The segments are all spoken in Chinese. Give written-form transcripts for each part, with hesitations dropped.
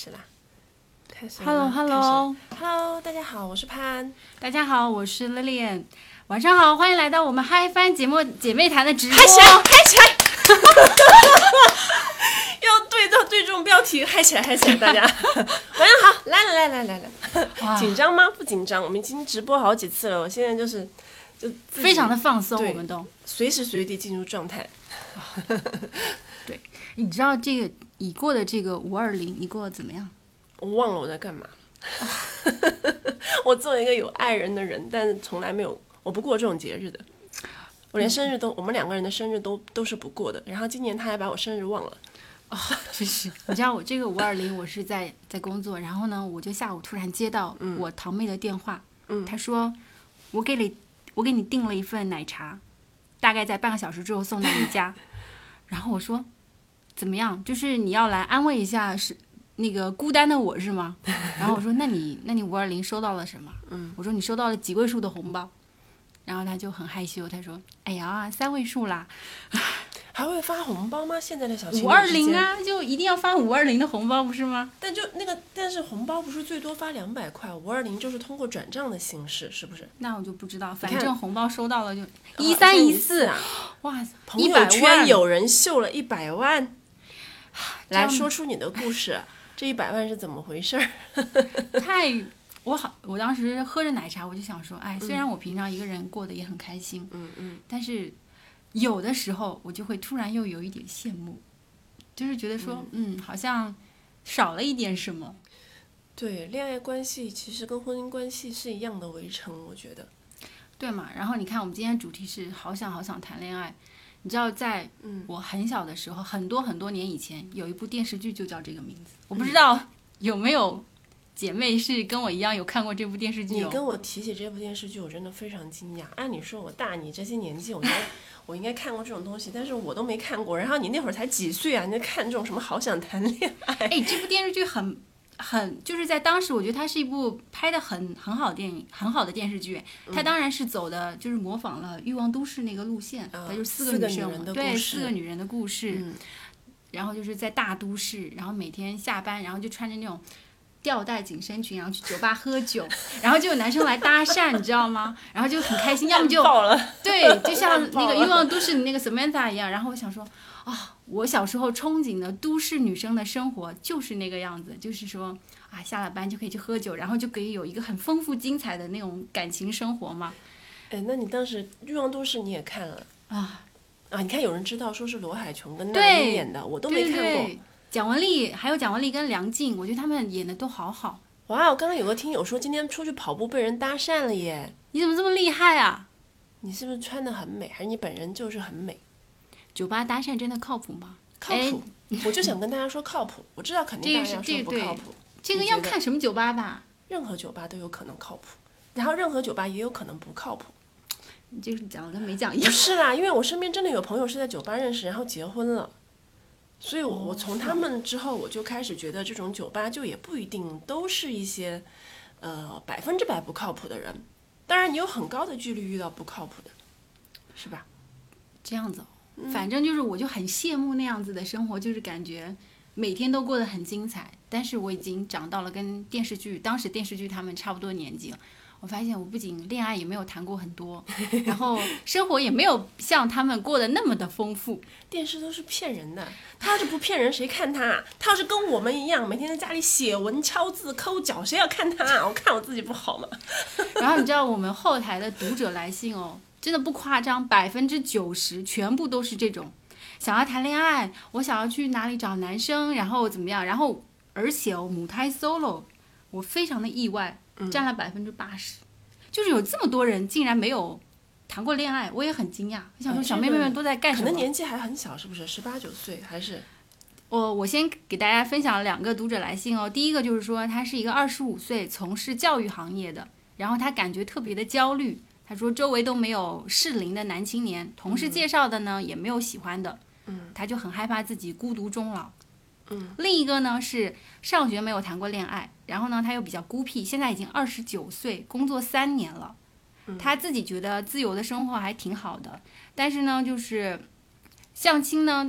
始啦，开始。 Hello， 大家好，我是潘。 大家好，我是 Lilian。晚上好，欢迎来到我们嗨翻节目姐妹谈的直播。 嗨起来，嗨起来！要对中标题，嗨起来，嗨起来！大家晚上好，来，紧张吗？不紧张，我们已经直播好几次了，我现在就非常的放松，我们都随时随地进入状态。 对，你知道这个已过的这个520，你过得怎么样？ 我忘了我在干嘛。我作为一个有爱人的人，但是从来没有，我不过这种节日的。我连生日都，我们两个人的生日都是不过的。然后今年他还把我生日忘了。 真是，你知道我这个520，我是在工作，然后呢，我就下午突然接到我堂妹的电话，她说我给你订了一份奶茶，大概在半个小时之后送到你家。然后我说怎么样？就是你要来安慰一下是那个孤单的我是吗？然后我说那你520收到了什么？我说你收到了几位数的红包？然后他就很害羞，他说哎呀3位数啦。 还会发红包吗？现在的小情侣 520啊，就一定要发520的红包不是吗？ 但是红包不是最多发200块，520就是通过转账的形式，是不是？ 那我就不知道，反正红包收到了就1314啊！哇， 朋友圈有人秀了100万，来说出你的故事，这100万是怎么回事？ 我当时喝着奶茶，我就想说，哎，虽然我平常一个人过得也很开心，但是有的时候我就会突然又有一点羡慕，就是觉得说，好像少了一点什么。 对，恋爱关系其实跟婚姻关系是一样的围城，我觉得。 对嘛？然后你看，我们今天主题是好想好想谈恋爱。你知道，在我很小的时候，很多年以前，有一部电视剧就叫这个名字。我不知道有没有姐妹是跟我一样有看过这部电视剧。 你跟我提起这部电视剧，我真的非常惊讶。按理说我大你这些年纪，我应该看过这种东西，但是我都没看过。然后你那会儿才几岁啊？你在看这种什么好想谈恋爱？ 哎，这部电视剧很就是在当时，我觉得它是一部拍的很好的电影，很好的电视剧。它当然是走的就是模仿了《欲望都市》那个路线，它就是4个女生，对，4个女人的故事。然后就是在大都市，然后每天下班，然后就穿着那种吊带紧身裙，然后去酒吧喝酒，然后就有男生来搭讪，你知道吗？然后就很开心，要么就对，就像那个《欲望都市》的那个 Samantha 一样。然后我想说，我小时候憧憬的都市女生的生活就是那个样子，就是说下了班就可以去喝酒，然后就可以有一个很丰富精彩的那种感情生活嘛。 哎，那你当时《欲望都市》你也看了你看有人知道说是罗海琼跟那英演的，我都没看过。 对，蒋雯丽跟梁静，我觉得他们演的都好好。 哇，我刚刚有个听友说今天出去跑步被人搭讪了耶！ 你怎么这么厉害啊？ 你是不是穿得很美，还是你本人就是很美？ 酒吧搭讪真的靠谱吗？ 靠谱，我就想跟大家说靠谱。我知道肯定大家说不靠谱， 这个要看什么酒吧吧。 任何酒吧都有可能靠谱，然后任何酒吧也有可能不靠谱。 你就是讲跟没讲一样。 不是啦，因为我身边真的有朋友是在酒吧认识，然后结婚了。所以我从他们之后，我就开始觉得这种酒吧就也不一定都是一些100%不靠谱的人。当然，你有很高的几率遇到不靠谱的，是吧？ 这样子反正就是我就很羡慕那样子的生活，就是感觉每天都过得很精彩。但是我已经长到了跟当时电视剧他们差不多年纪了。我发现我不仅恋爱也没有谈过很多，然后生活也没有像他们过得那么的丰富。 电视都是骗人的，他要是不骗人谁看他？他要是跟我们一样每天在家里写文敲字抠脚，谁要看他？我看我自己不好吗？ 然后你知道我们后台的读者来信真的不夸张，90%全部都是这种想要谈恋爱，我想要去哪里找男生，然后怎么样，然后而且母胎 solo， 我非常的意外，占了80%，就是有这么多人竟然没有谈过恋爱，我也很惊讶。我想说小妹妹们都在干什么？ 可能年纪还很小，是不是18、19岁还是？ 我先给大家分享2个读者来信第一个就是说他是一个25岁从事教育行业的，然后他感觉特别的焦虑。他说周围都没有适龄的男青年，同事介绍的呢也没有喜欢的，他就很害怕自己孤独终老。另一个呢是上学没有谈过恋爱，然后呢他又比较孤僻，现在已经29岁，工作3年了。他自己觉得自由的生活还挺好的，但是呢就是相亲呢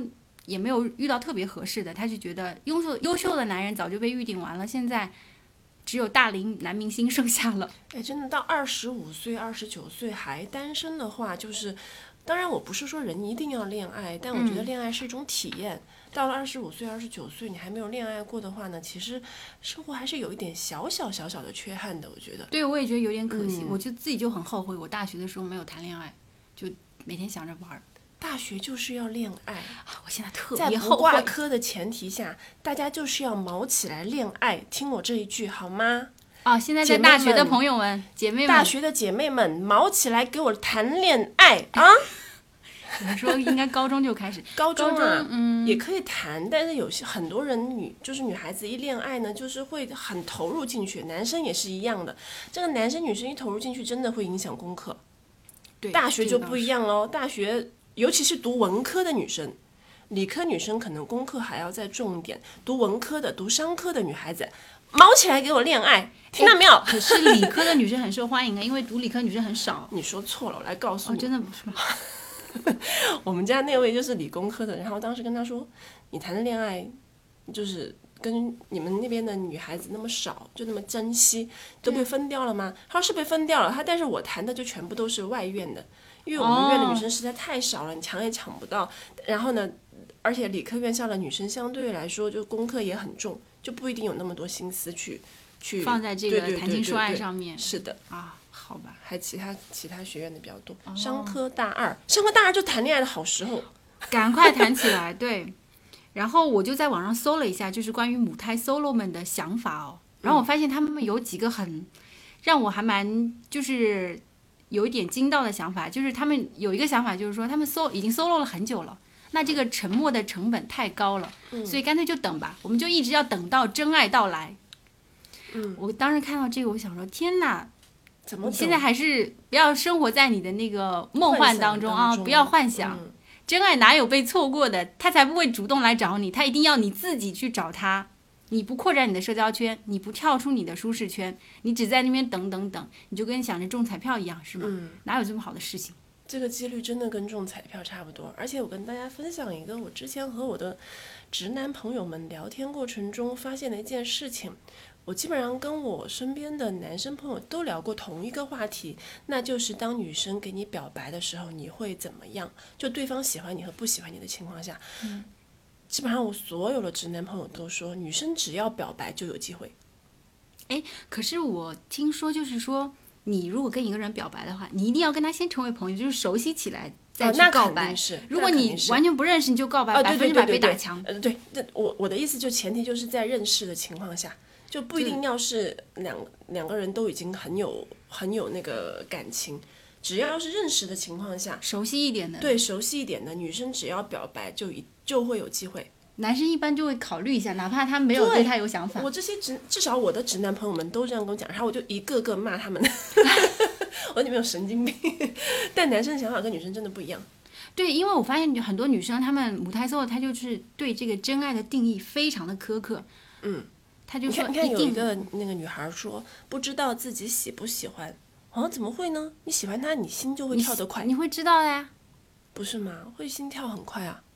也没有遇到特别合适的，他就觉得优秀的男人早就被预定完了，现在只有大龄男明星剩下了。 哎，真的到25岁、29岁还单身的话，就是当然我不是说人一定要恋爱，但我觉得恋爱是一种体验。到了25岁、29岁，你还没有恋爱过的话呢，其实生活还是有一点小小的缺憾的，我觉得。 对，我也觉得有点可惜，我就自己就很后悔，我大学的时候没有谈恋爱，就每天想着玩。 大学就是要恋爱， 我现在特别后悔。 在不挂科的前提下，大家就是要毛起来恋爱，听我这一句好吗？ 现在在大学的朋友们、姐妹们， 大学的姐妹们，毛起来给我谈恋爱啊！ 有人说应该高中就开始， 高中也可以谈，但是有些很多人就是女孩子一恋爱呢，就是会很投入进去，男生也是一样的。这个男生女生一投入进去，真的会影响功课。 对， 大学就不一样喽，大学尤其是读文科的女生，理科女生可能功课还要再重一点，读文科的、读商科的女孩子，毛起来给我恋爱，听到没有？ 可是理科的女生很受欢迎啊，因为读理科女生很少。 你说错了，我来告诉你。 真的不是吗？ 我们家那位就是理工科的，然后当时跟他说，你谈的恋爱就是跟你们那边的女孩子那么少，就那么珍惜，都被分掉了吗？他说是被分掉了，但是我谈的就全部都是外院的，因为我们院的女生实在太少了，你抢也抢不到。然后呢，而且理科院校的女生相对来说就功课也很重，就不一定有那么多心思去放在这个谈情说爱上面。 是的啊。好吧， 还其他学院的比较多，商科大二就谈恋爱的好时候， 赶快谈起来。对，然后我就在网上搜了一下，就是关于母胎 solo 们的想法哦。然后我发现他们有几个很让我还蛮就是有一点惊到的想法，就是他们有一个想法，就是说他们已经 solo 了很久了，那这个沉默的成本太高了，所以干脆就等吧，我们就一直要等到真爱到来。我当时看到这个，我想说，天哪！你现在还是不要生活在你的那个梦幻当中啊！不要幻想，真爱哪有被错过的？他才不会主动来找你，他一定要你自己去找他。你不扩展你的社交圈，你不跳出你的舒适圈，你只在那边等，你就跟想着中彩票一样，是吗？哪有这么好的事情？ 这个几率真的跟中彩票差不多。而且我跟大家分享一个我之前和我的直男朋友们聊天过程中发现的一件事情。我基本上跟我身边的男生朋友都聊过同一个话题，那就是当女生给你表白的时候，你会怎么样？就对方喜欢你和不喜欢你的情况下，基本上我所有的直男朋友都说，女生只要表白就有机会。 可是我听说就是说，你如果跟一个人表白的话，你一定要跟他先成为朋友，就是熟悉起来再去告白。如果你完全不认识你就告白，100%被打枪。 对，我的意思就前提就是在认识的情况下。就不一定要是两个人都已经很有那个感情，只要是认识的情况下， 熟悉一点的， 对，熟悉一点的女生只要表白就会有机会。 男生一般就会考虑一下，哪怕他没有对他有想法。 我这些至少我的直男朋友们都这样跟我讲，然后我就一个个骂他们，我说你们有神经病。但男生的想法跟女生真的不一样。 对，因为我发现很多女生她们母胎 solo， 她就是对这个真爱的定义非常的苛刻。他就说你看有一个那个女孩说不知道自己喜不喜欢，怎么会呢？你喜欢他，你心就会跳得快， 你会知道的呀， 不是吗？会心跳很快啊。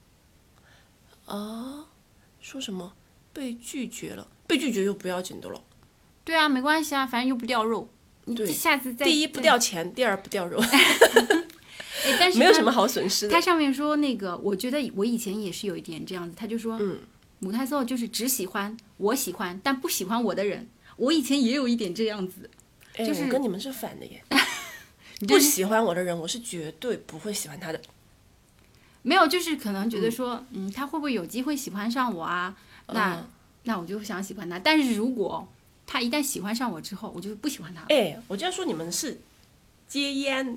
说什么被拒绝了？被拒绝又不要紧的了。 对啊，没关系啊，反正又不掉肉。 对， 下次再第一不掉钱，第二不掉肉。 但是没有什么好损失的。 他上面说那个，我觉得我以前也是有一点这样子，他就说，母胎 solo 就是只喜欢我喜欢但不喜欢我的人。我以前也有一点这样子，就是我跟你们是反的耶。不喜欢我的人，我是绝对不会喜欢他的。 没有，就是可能觉得说，他会不会有机会喜欢上我啊？那我就想喜欢他。但是如果他一旦喜欢上我之后，我就不喜欢他了。 我就要说你们是接烟，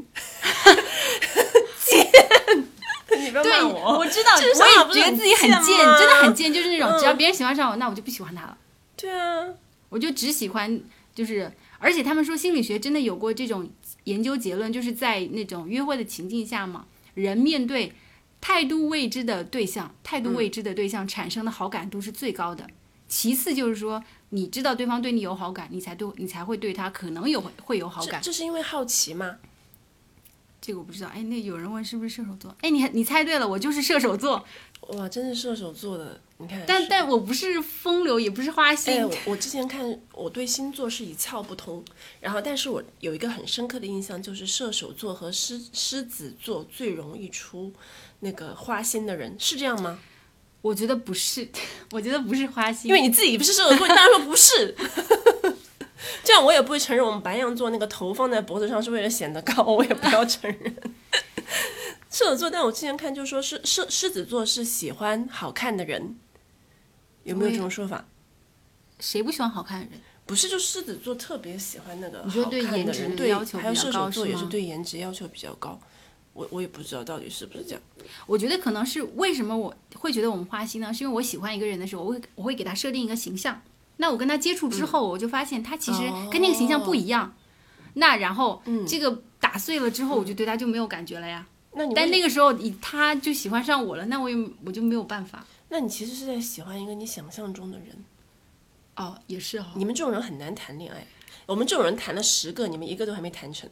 你不要骂我。 我知道，我也觉得自己很贱，真的很贱，就是那种只要别人喜欢上我，那我就不喜欢他了。 对啊， 我就只喜欢，就是而且他们说心理学真的有过这种研究结论，就是在那种约会的情境下嘛，人面对态度未知的对象产生的好感度是最高的。其次就是说，你知道对方对你有好感，你才会对他可能会有好感。 这是因为好奇吗？ 这个我不知道。哎，那有人问是不是射手座？哎，你猜对了，我就是射手座。 哇，真是射手座的，你看。 但我不是风流，也不是花心。 我之前看，我对星座是一窍不通，然后但是我有一个很深刻的印象，就是射手座和狮子座最容易出那个花心的人，是这样吗？ 我觉得不是，我觉得不是花心， 因为你自己不是射手座，你当然说不是。这样我也不会承认我们白羊座那个头放在脖子上是为了显得高，我也不要承认。射手座，但我之前看就说是狮子座是喜欢好看的人，有没有这种说法？ 谁不喜欢好看的人？ 不是，就狮子座特别喜欢那个好看的人， 你说对颜值的要求比较高， 还有射手座也是对颜值要求比较高。我也不知道到底是不是这样。 我觉得可能是为什么我会觉得我们花心呢？是因为我喜欢一个人的时候，我会给他设定一个形象。那我跟他接触之后，我就发现他其实跟那个形象不一样。那然后这个打碎了之后，我就对他就没有感觉了呀。但那个时候他就喜欢上我了，那我就没有办法。 那你其实是在喜欢一个你想象中的人。 哦，也是哦。 你们这种人很难谈恋爱，我们这种人谈了10个，你们1个都还没谈成。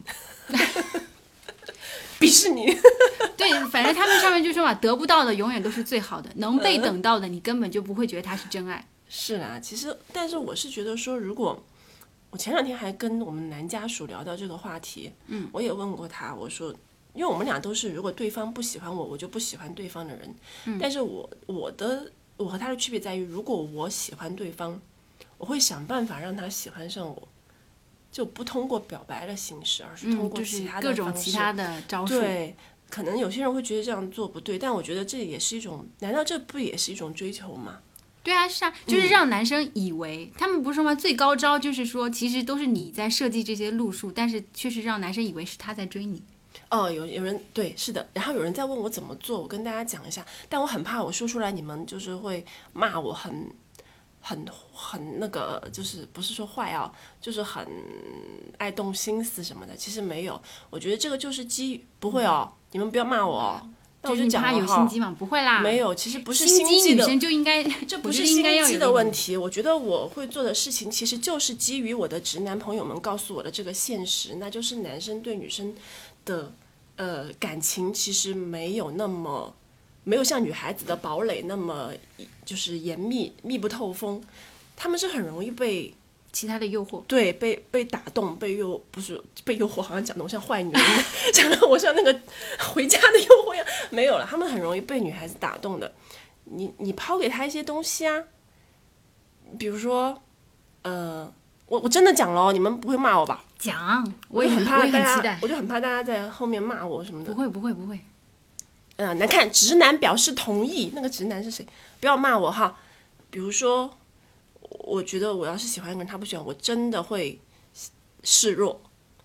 鄙视你。 对，反正他们上面就说嘛，得不到的永远都是最好的，能被等到的你根本就不会觉得他是真爱。 是啦，其实但是我是觉得说，如果我前2天还跟我们男家属聊到这个话题，我也问过他，我说，因为我们俩都是如果对方不喜欢我，我就不喜欢对方的人，但是我和他的区别在于，如果我喜欢对方，我会想办法让他喜欢上我，就不通过表白的形式，而是通过其他的各种其他的招数。 对，可能有些人会觉得这样做不对，但我觉得这也是一种，难道这不也是一种追求吗？ 对啊，是啊，就是让男生以为，他们不是说吗？最高招就是说，其实都是你在设计这些路数，但是却是让男生以为是他在追你。 哦，有人对，是的。然后有人在问我怎么做，我跟大家讲一下，但我很怕我说出来，你们就是会骂我很那个，就是不是说坏啊，就是很爱动心思什么的。其实没有，我觉得这个就是基于不会哦，你们不要骂我哦。那我就讲了哈， 有心机吗？不会啦， 没有，其实不是心机的， 女生就应该， 这不是心机的问题。我觉得我会做的事情，其实就是基于我的直男朋友们告诉我的这个现实，那就是男生对女生的感情其实没有像女孩子的堡垒那么就是严密不透风，他们是很容易被其他的诱惑， 对，被打动，不是被诱惑，好像讲的我像坏女人，讲的我像那个回家的诱惑一样，没有了，他们很容易被女孩子打动的。你抛给他一些东西啊，比如说，我真的讲了，你们不会骂我吧？ 讲， 我也很怕大家， 期待， 我就很怕大家在后面骂我什么的。 不会。 难看，直男表示同意，那个直男是谁？不要骂我哈。比如说。我觉得我要是喜欢一个人，他不喜欢我，真的会示弱。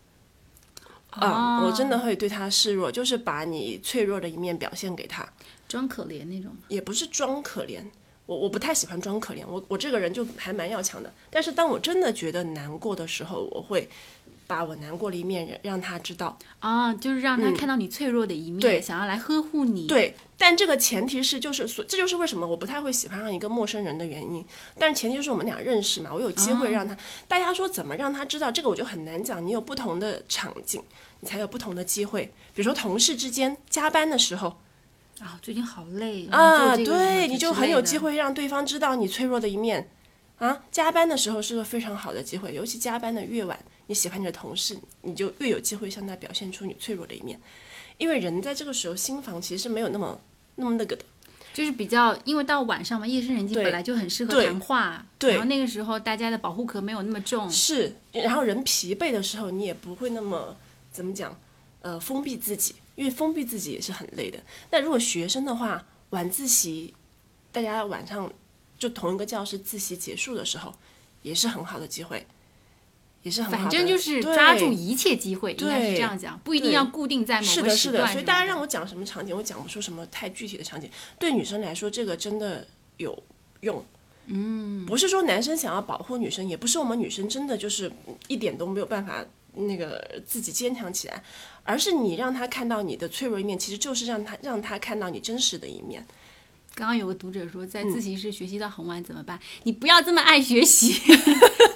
我真的会对他示弱，就是把你脆弱的一面表现给他， 装可怜那种。也不是装可怜，我不太喜欢装可怜，我这个人就还蛮要强的。但是当我真的觉得难过的时候，我会把我难过的一面让他知道啊，就是让他看到你脆弱的一面， 对， 想要来呵护你。 对，但这个前提是这就是为什么我不太会喜欢上一个陌生人的原因。但是前提就是我们俩认识嘛，我有机会让他，大家说怎么让他知道，这个我就很难讲。你有不同的场景，你才有不同的机会。比如说同事之间加班的时候。 最近好累啊，对，你就很有机会让对方知道你脆弱的一面。加班的时候是个非常好的机会，尤其加班的越晚，你喜欢你的同事，你就越有机会向他表现出你脆弱的一面。因为人在这个时候心房其实是没有那么那个的， 就是比较，因为到晚上嘛，夜深人静本来就很适合谈话， 对， 然后那个时候大家的保护壳没有那么重， 是，然后人疲惫的时候，你也不会那么怎么讲，封闭自己，因为封闭自己也是很累的。那如果学生的话，晚自习，大家晚上就同一个教室自习结束的时候，也是很好的机会。也是很好的， 反正就是抓住一切机会，应该是这样讲，不一定要固定在某个时段。 是的，所以大家让我讲什么场景，我讲不出什么太具体的场景。对女生来说，这个真的有用。不是说男生想要保护女生，也不是我们女生真的就是一点都没有办法那个自己坚强起来，而是你让他看到你的脆弱一面，其实就是让他看到你真实的一面。 刚刚有个读者说，在自习室学习到很晚怎么办？你不要这么爱学习。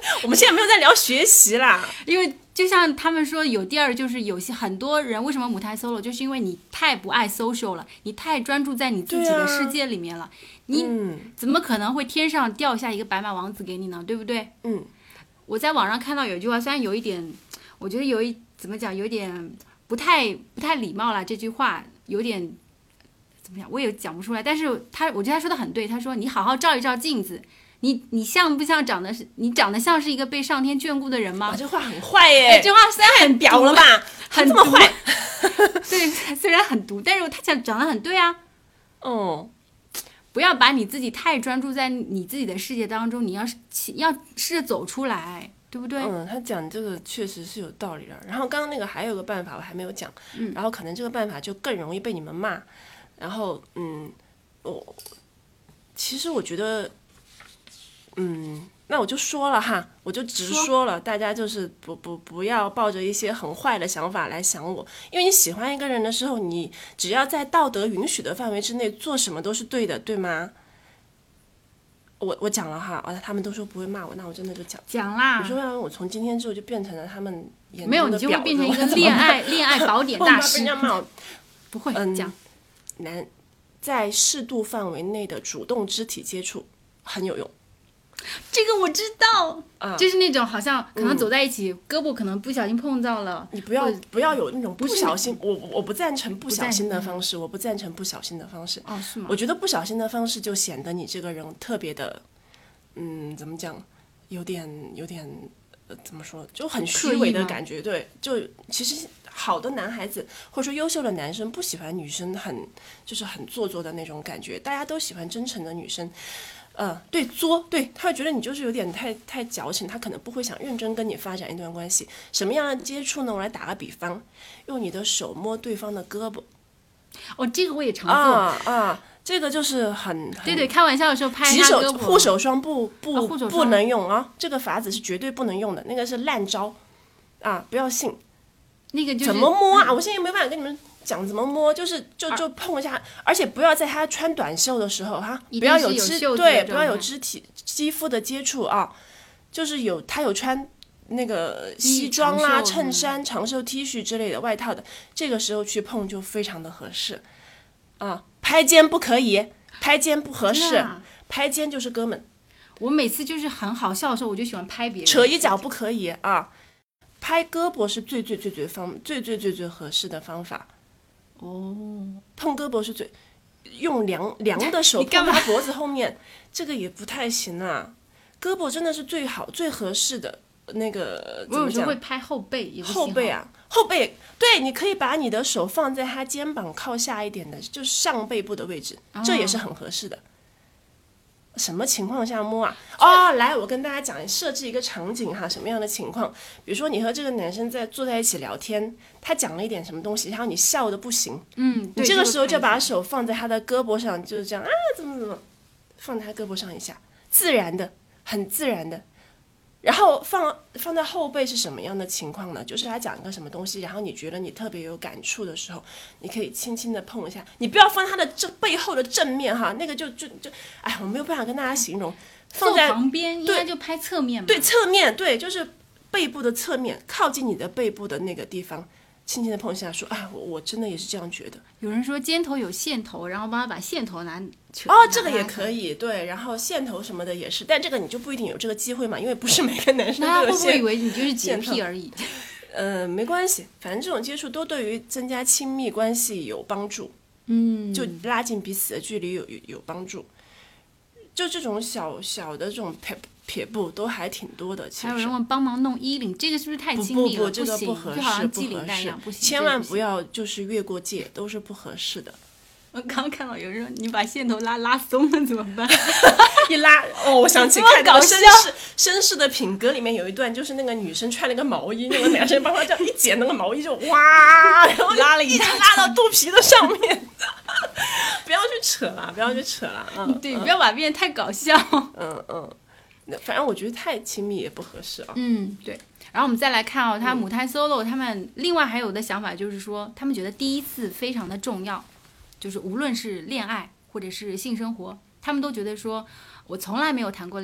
我们现在没有在聊学习啦， 因为就像他们说有第二，就是有些很多人为什么母胎 solo， 就是因为你太不爱 social 了，你太专注在你自己的世界里面了，你怎么可能会天上掉下一个白马王子给你呢？对不对？我在网上看到有一句话，虽然有一点，我觉得怎么讲，有点不太礼貌了，这句话有点怎么讲，我也讲不出来。但是我觉得他说的很对，他说你好好照一照镜子，你像不像你长得像是一个被上天眷顾的人吗？ 这话很坏耶！ 这话虽然很屌了吧， 很这么坏。 对，虽然很毒，但是他讲得很对啊。不要把你自己太专注在你自己的世界当中，你要试着走出来，对不对？ 他讲这个确实是有道理的。然后刚刚那个还有个办法我还没有讲，然后可能这个办法就更容易被你们骂。然后其实我觉得那我就说了哈，我就直说了，大家就是不要抱着一些很坏的想法来想我，因为你喜欢一个人的时候，你只要在道德允许的范围之内，做什么都是对的，对吗？我讲了哈，他们都说不会骂我，那我真的就讲啦。 你说要我从今天之后就变成了他们眼中的婊子， 没有，你就会变成一个恋爱宝典大师。 被人家骂我不会讲。 在适度范围内的主动肢体接触很有用。 这个我知道，就是那种好像可能走在一起，胳膊可能不小心碰到了。 你不要有那种不小心，我不赞成不小心的方式，我不赞成不小心的方式。 是吗？ 我觉得不小心的方式就显得你这个人特别的，怎么讲，有点怎么说，就很虚伪的感觉。对，就其实好的男孩子或者说优秀的男生不喜欢女生就是很做作的那种感觉，大家都喜欢真诚的女生。对，作，对，他会觉得你就是有点太矫情，他可能不会想认真跟你发展一段关系。什么样的接触呢？我来打个比方，用你的手摸对方的胳膊。 这个我也常做。 这个就是很对，开玩笑的时候拍他胳膊。 护手霜不能用啊，这个法子是绝对不能用的，那个是烂招啊，不要信。 那个就是怎么摸啊？我现在没办法跟你们讲怎么摸，就碰一下，而且不要在他穿短袖的时候哈，不要有肢体肌肤的接触啊，就是他有穿那个西装啊、衬衫、长袖 T 恤之类的外套的，这个时候去碰就非常的合适啊。拍肩不可以，拍肩不合适，拍肩就是哥们。 我每次就是很好笑的时候，我就喜欢拍别人。 扯一脚不可以啊，拍胳膊是最合适的方法。碰胳膊是用凉的手碰他脖子后面，这个也不太行啊。胳膊真的是最好最合适的那个。 我有时候会拍后背，也不行。 后背啊，后背，对，你可以把你的手放在他肩膀靠下一点的，就是上背部的位置，这也是很合适的。什么情况下摸啊？来，我跟大家讲，设置一个场景哈，什么样的情况？比如说你和这个男生坐在一起聊天，他讲了一点什么东西，然后你笑得不行，你这个时候就把手放在他的胳膊上，就是这样啊，怎么，放在他胳膊上一下，自然的，很自然的。然后放在后背是什么样的情况呢？就是他讲一个什么东西，然后你觉得你特别有感触的时候，你可以轻轻的碰一下，你不要放他的背后的正面哈，那个就哎，我没有办法跟大家形容。放在旁边应该就拍侧面嘛。 对，侧面，对，就是背部的侧面，靠近你的背部的那个地方，轻轻的碰一下，说我真的也是这样觉得。 有人说肩头有线头，然后帮他把线头这个也可以，对，然后线头什么的也是，但这个你就不一定有这个机会嘛，因为不是每个男生都有线头。 那他会不会以为你就是洁癖而已？ 没关系，反正这种接触都对于增加亲密关系有帮助，就拉近彼此的距离有帮助。就这种小的这种撇步都还挺多的。其实还有人问帮忙弄衣领，这个是不是太亲密了？ 不，这个不合适， 就好像系领带一样，不行， 千万不要就是越过界，都是不合适的。 我刚看到有人说你把线头拉松了怎么办？ 一拉我想起看那个绅士的品格里面有一段，就是那个女生穿了一个毛衣，那个男生帮她这样一剪那个毛衣就哇，然后拉了一直拉到肚皮的上面。不要去扯了， 对，不要把它变得太搞笑。 反正我觉得太亲密也不合适啊。 对。然后我们再来看他母胎 solo， 他们另外还有的想法就是说，他们觉得第一次非常的重要。就是无论是恋爱或者是性生活，他们都觉得说我从来没有谈过恋爱，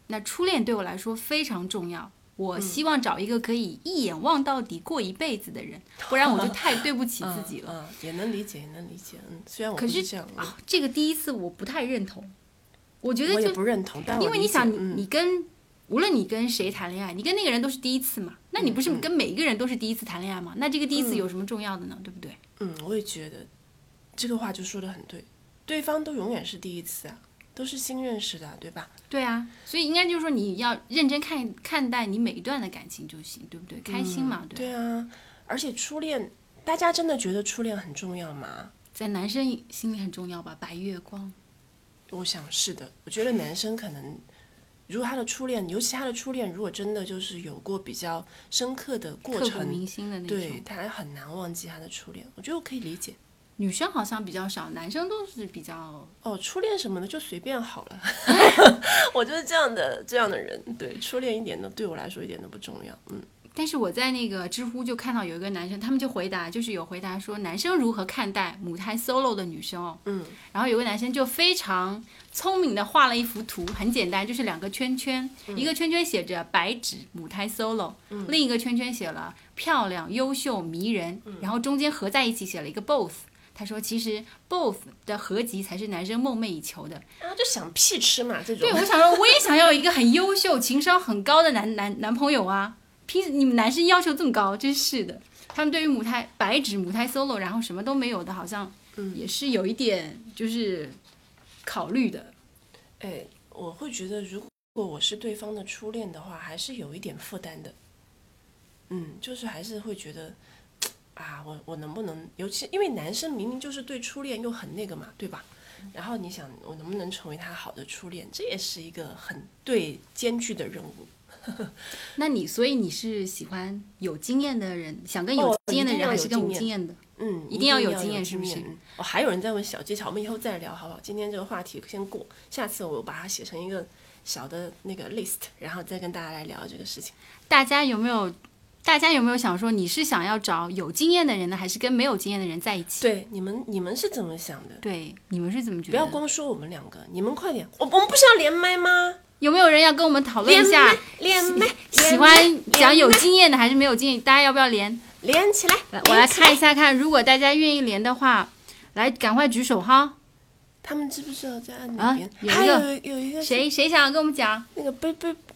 那初恋对我来说非常重要，我希望找一个可以一眼望到底过一辈子的人，不然我就太对不起自己了。 也能理解，也能理解。虽然我不是这样这个第一次我不太认同。我觉得我也不认同，但因为你想，你跟无论你跟谁谈恋爱，你跟那个人都是第一次嘛，那你不是跟每一个人都是第一次谈恋爱吗？那这个第一次有什么重要的呢？对不对？ 我也觉得这个话就说得很对，对方都永远是第一次啊，都是新认识的，对吧？ 对啊，所以应该就是说你要认真看待你每一段的感情就行，对不对？开心嘛， 对啊。而且初恋，大家真的觉得初恋很重要吗？ 在男生心里很重要吧，白月光。 我想是的，我觉得男生可能，如果他的初恋，尤其他的初恋，如果真的就是有过比较深刻的过程， 刻骨铭心的那种， 对，他很难忘记他的初恋。我觉得我可以理解。 女生好像比较少，男生都是比较初恋什么的就随便好了。我就是这样的人，对，初恋一点都对我来说一点都不重要。 但是我在那个知乎就看到有一个男生，他们就回答，就是有回答说男生如何看待母胎 solo 的女生哦。然后有个男生就非常聪明的画了一幅图，很简单，就是2个圈圈，一个圈圈写着白纸母胎 solo，另一个圈圈写了漂亮、优秀、迷人，然后中间合在一起写了一个 both。他说其实 both 的合集才是男生梦寐以求的。 就想屁吃嘛这种。 对，我想说我也想要一个很优秀、情商很高的男朋友啊。你们男生要求这么高，真是的。他们对于白纸母胎 solo， 然后什么都没有的，好像也是有一点就是考虑的。 我会觉得如果我是对方的初恋的话，还是有一点负担的。就是还是会觉得我能不能，尤其因为男生明明就是对初恋又很那个嘛，对吧？然后你想我能不能成为他好的初恋，这也是一个很艰巨的任务。 那所以你是喜欢有经验的人，想跟有经验的人，还是跟无经验的？ 一定要有经验，是不是？ 还有人在问小技巧，我们以后再聊好不好？今天这个话题先过，下次我把它写成一个小的那个 list， 然后再跟大家来聊这个事情。 大家有没有想说，你是想要找有经验的人呢，还是跟没有经验的人在一起？ 对，你们是怎么想的？ 对，你们是怎么觉得？ 不要光说我们2个，你们快点！我们不是要连麦吗？ 有没有人要跟我们讨论一下？ 连麦， 喜欢讲有经验的还是没有经验？大家要不要连起来？ 我来看一下看，如果大家愿意连的话，来赶快举手哈。 他们知不知道在按哪边？有一个谁想要跟我们讲？ 那个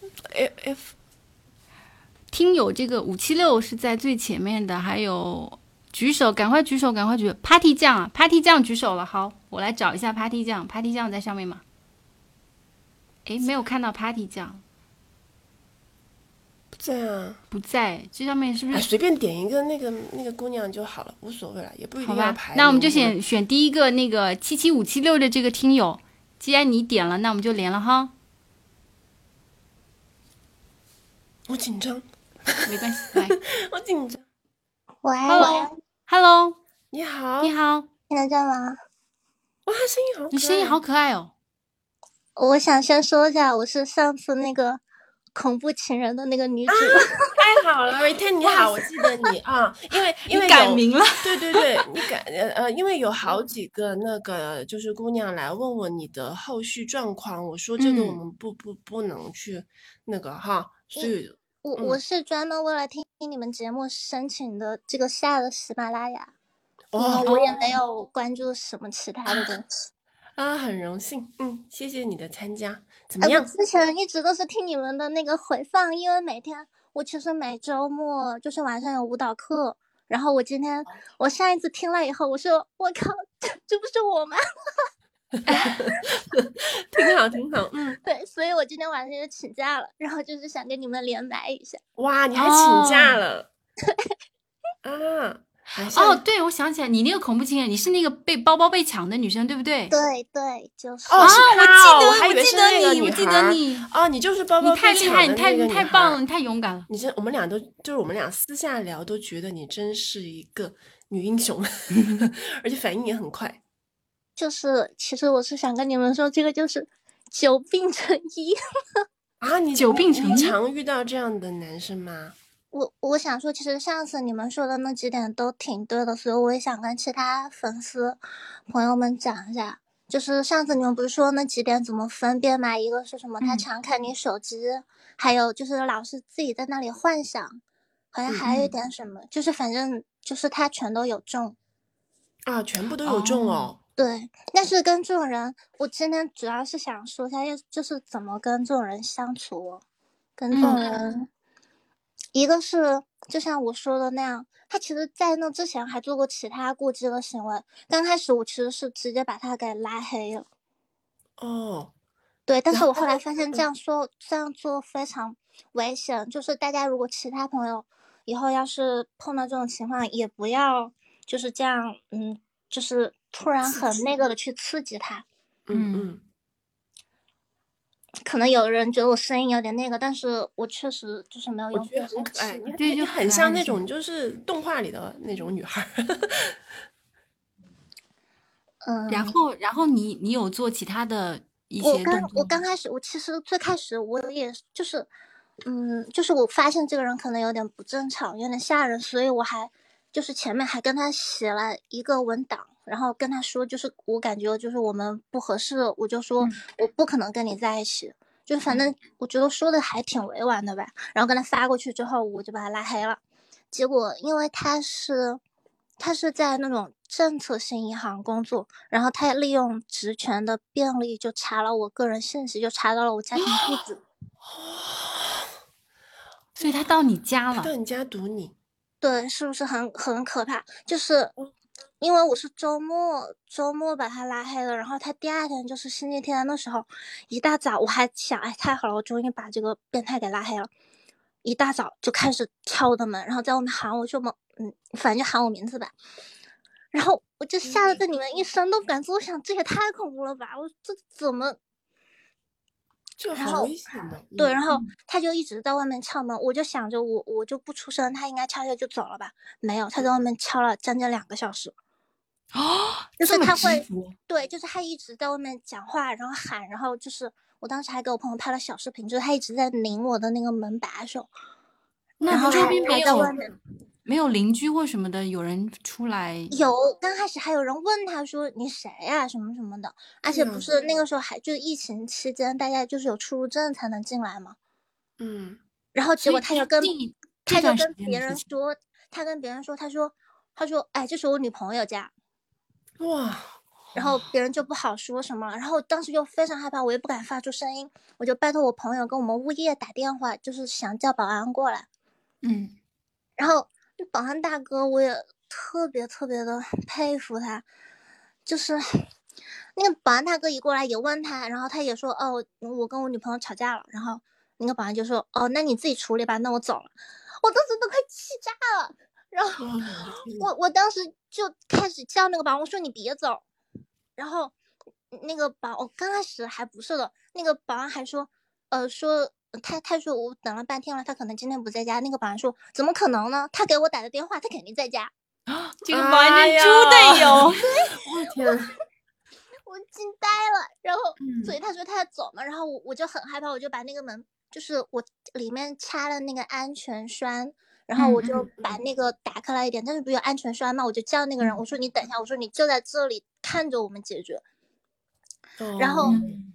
F 听友这个576是在最前面的，还有举手，赶快举手。Party 酱举手了，好，我来找一下 Party 酱在上面吗？没有看到 Party 酱， 不在啊， 不在，这上面是不是？ 随便点一个那个姑娘就好了，无所谓了，也不一定要排。 那我们就选第一个那个77576的这个听友，既然你点了，那我们就连了哈。 我紧张， 没关系，来， 我紧张。 喂 ，Hello， 你好， 听得见吗？ 哇，声音好可爱， 你声音好可爱哦。 我想先说一下，我是上次那个恐怖情人的那个女主。 太好了，维天你好，我记得你啊，因为改名了， 对，你因为有好几个那个就是姑娘来问我你的后续状况，我说这个我们不能去那个哈，所以我是专门为了听你们节目申请的这个下的喜马拉雅，我也没有关注什么其他的东西。 很荣幸，谢谢你的参加，怎么样？ 我之前一直都是听你们的那个回放，因为我其实每周末就是晚上有舞蹈课，然后我上一次听了以后，我说我靠，这不是我吗？ 挺好， 对，所以我今天晚上就请假了，然后就是想跟你们连麦一下。 哇，你还请假了？ 对，我想起来，你那个恐怖情人，你是那个被包包被抢的女生，对不对？ 对，就是。 我记得你。 你就是包包被抢的那个女孩。 你太棒了，你太勇敢了。 我们俩私下聊都觉得你真是一个女英雄，而且反应也很快。 其实我是想跟你们说，这个就是久病成医。 你久病成医，你常遇到这样的男生吗？ 我想说，其实上次你们说的那几点都挺对的，所以我也想跟其他粉丝朋友们讲一下。 就是上次你们不是说那几点怎么分辨吗？一个是什么？他常看你手机，还有就是老是自己在那里幻想，好像还有一点什么，就是反正就是他全都有中啊，全部都有中哦。 对，但是跟这种人，我今天主要是想说一下，就是怎么跟这种人相处。跟这种人，一个是就像我说的那样，他其实在那之前还做过其他过激的行为。刚开始我其实是直接把他给拉黑了。 哦， 对，但是我后来发现这样做非常危险，就是大家如果其他朋友以后要是碰到这种情况，也不要就是这样，就是突然很那个的去刺激他。可能有人觉得我声音有点那个，但是我确实就是没有用变声器。 对，就很像那种就是动画里的那种女孩。 然后你有做其他的一些动作？ 我刚开始，我其实最开始我也就是，就是我发现这个人可能有点不正常，有点吓人，所以我还就是前面还跟他写了一个文档，然后跟他说，就是我感觉就是我们不合适，我就说我不可能跟你在一起，就反正我觉得说的还挺委婉的吧，然后跟他发过去之后，我就把他拉黑了。结果因为他是在那种政策性银行工作，然后他利用职权的便利就查了我个人信息，就查到了我家庭地址。 所以他到你家了？ 他到你家堵你？ 对，是不是很可怕？就是因为我是周末把他拉黑了，然后他第二天就是星期天的时候，一大早我还想，哎，太好了，我终于把这个变态给拉黑了。一大早就开始敲我的门，然后在外面喊我说反正就喊我名字吧。然后我就吓得在里面一声都不敢做，我想这也太恐怖了吧！我这怎么？ 这好危险的。 对，然后他就一直在外面敲门，我就想着我就不出声，他应该敲一下就走了吧？没有，他在外面敲了将近2个小时。就是他会，对，就是他一直在外面讲话，然后喊，然后就是我当时还给我朋友拍了小视频，就是他一直在拧我的那个门把手，然后周边没有邻居或什么的，有人出来？ 有，刚开始还有人问他说你谁呀，什么什么的，而且不是那个时候还就是疫情期间，大家就是有出入证才能进来嘛。然后结果他就跟别人说，他说，哎，这是我女朋友家。 哇！ 然后别人就不好说什么了，然后当时就非常害怕，我也不敢发出声音，我就拜托我朋友跟我们物业打电话，就是想叫保安过来。然后保安大哥我也特别的佩服他，就是那个保安大哥一过来也问他，然后他也说，哦，我跟我女朋友吵架了，然后那个保安就说，哦，那你自己处理吧，那我走了。我当时都快气炸了，然后我当时就开始叫那个保安，我说你别走。然后那个刚开始还不是的，那个保安还说，他说我等了半天了，他可能今天不在家。那个保安说怎么可能呢？他给我打的电话，他肯定在家。 这个保安是猪队友。 我天， 我惊呆了。然后所以他说他要走嘛，然后我就很害怕，我就把那个门就是我里面插了那个安全栓。然后我就把那个打开了一点，但是不是有安全栓嘛？我就叫那个人，我说你等一下，我说你就在这里看着我们解决。然后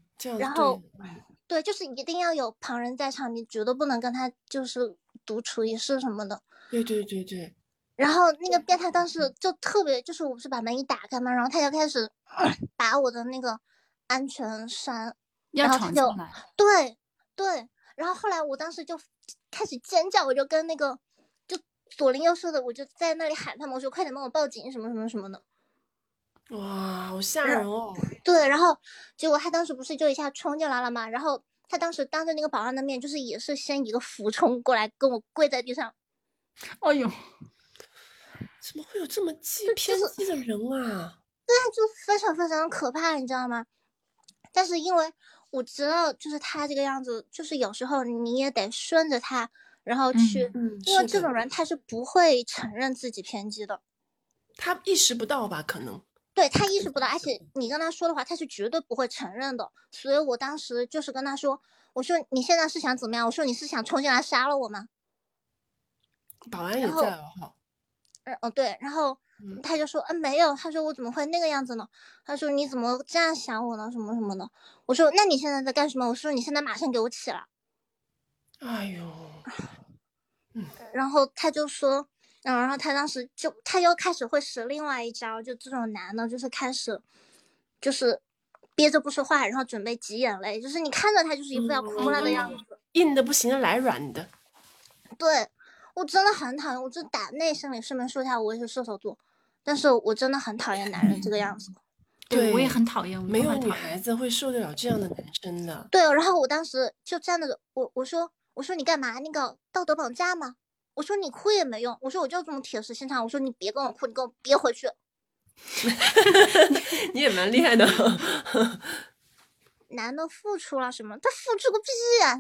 对，就是一定要有旁人在场，你绝对不能跟他就是独处一室什么的。 对。 然后那个变态当时就特别，就是我不是把门一打开嘛，然后他就开始把我的那个安全栓，然后他就对，然后后来我当时就开始尖叫，我就跟那个就左邻右舍的，我就在那里喊他们，我说快点帮我报警什么什么什么的。 哇，好吓人哦！ 对，然后结果他当时不是就一下冲进来了嘛，然后他当时当着那个保安的面，就是也是先一个俯冲过来跟我跪在地上。 哎呦， 怎么会有这么偏激的人啊？ 对，就非常的可怕，你知道吗？但是因为我知道，就是他这个样子，就是有时候你也得顺着他，然后去，因为这种人他是不会承认自己偏激的， 他意识不到吧？可能。 对，他意识不到，而且你跟他说的话，他是绝对不会承认的。所以我当时就是跟他说，我说你现在是想怎么样？我说你是想冲进来杀了我吗？ 保安也在了哈。 对，然后他就说，没有，他说我怎么会那个样子呢？他说你怎么这样想我呢？什么什么的。我说那你现在在干什么？我说你现在马上给我起来。 哎呦， 然后他就说，然后他当时他又开始会使另外一招，就这种男的，就是开始就是憋着不说话，然后准备挤眼泪，就是你看着他就是一副要哭了的样子， 硬的不行，来软的。 对，我真的很讨厌，我就打内心里顺便说一下，我也是射手座，但是我真的很讨厌男人这个样子。 对，我也很讨厌， 没有女孩子会受得了这样的男生的。 对，然后我当时就站着，我说你干嘛？那个道德绑架吗？我说你哭也没用，我说我就这么铁石心肠，我说你别跟我哭，你给我憋回去。 你也蛮厉害的。 男的付出了什么？他付出个屁啊！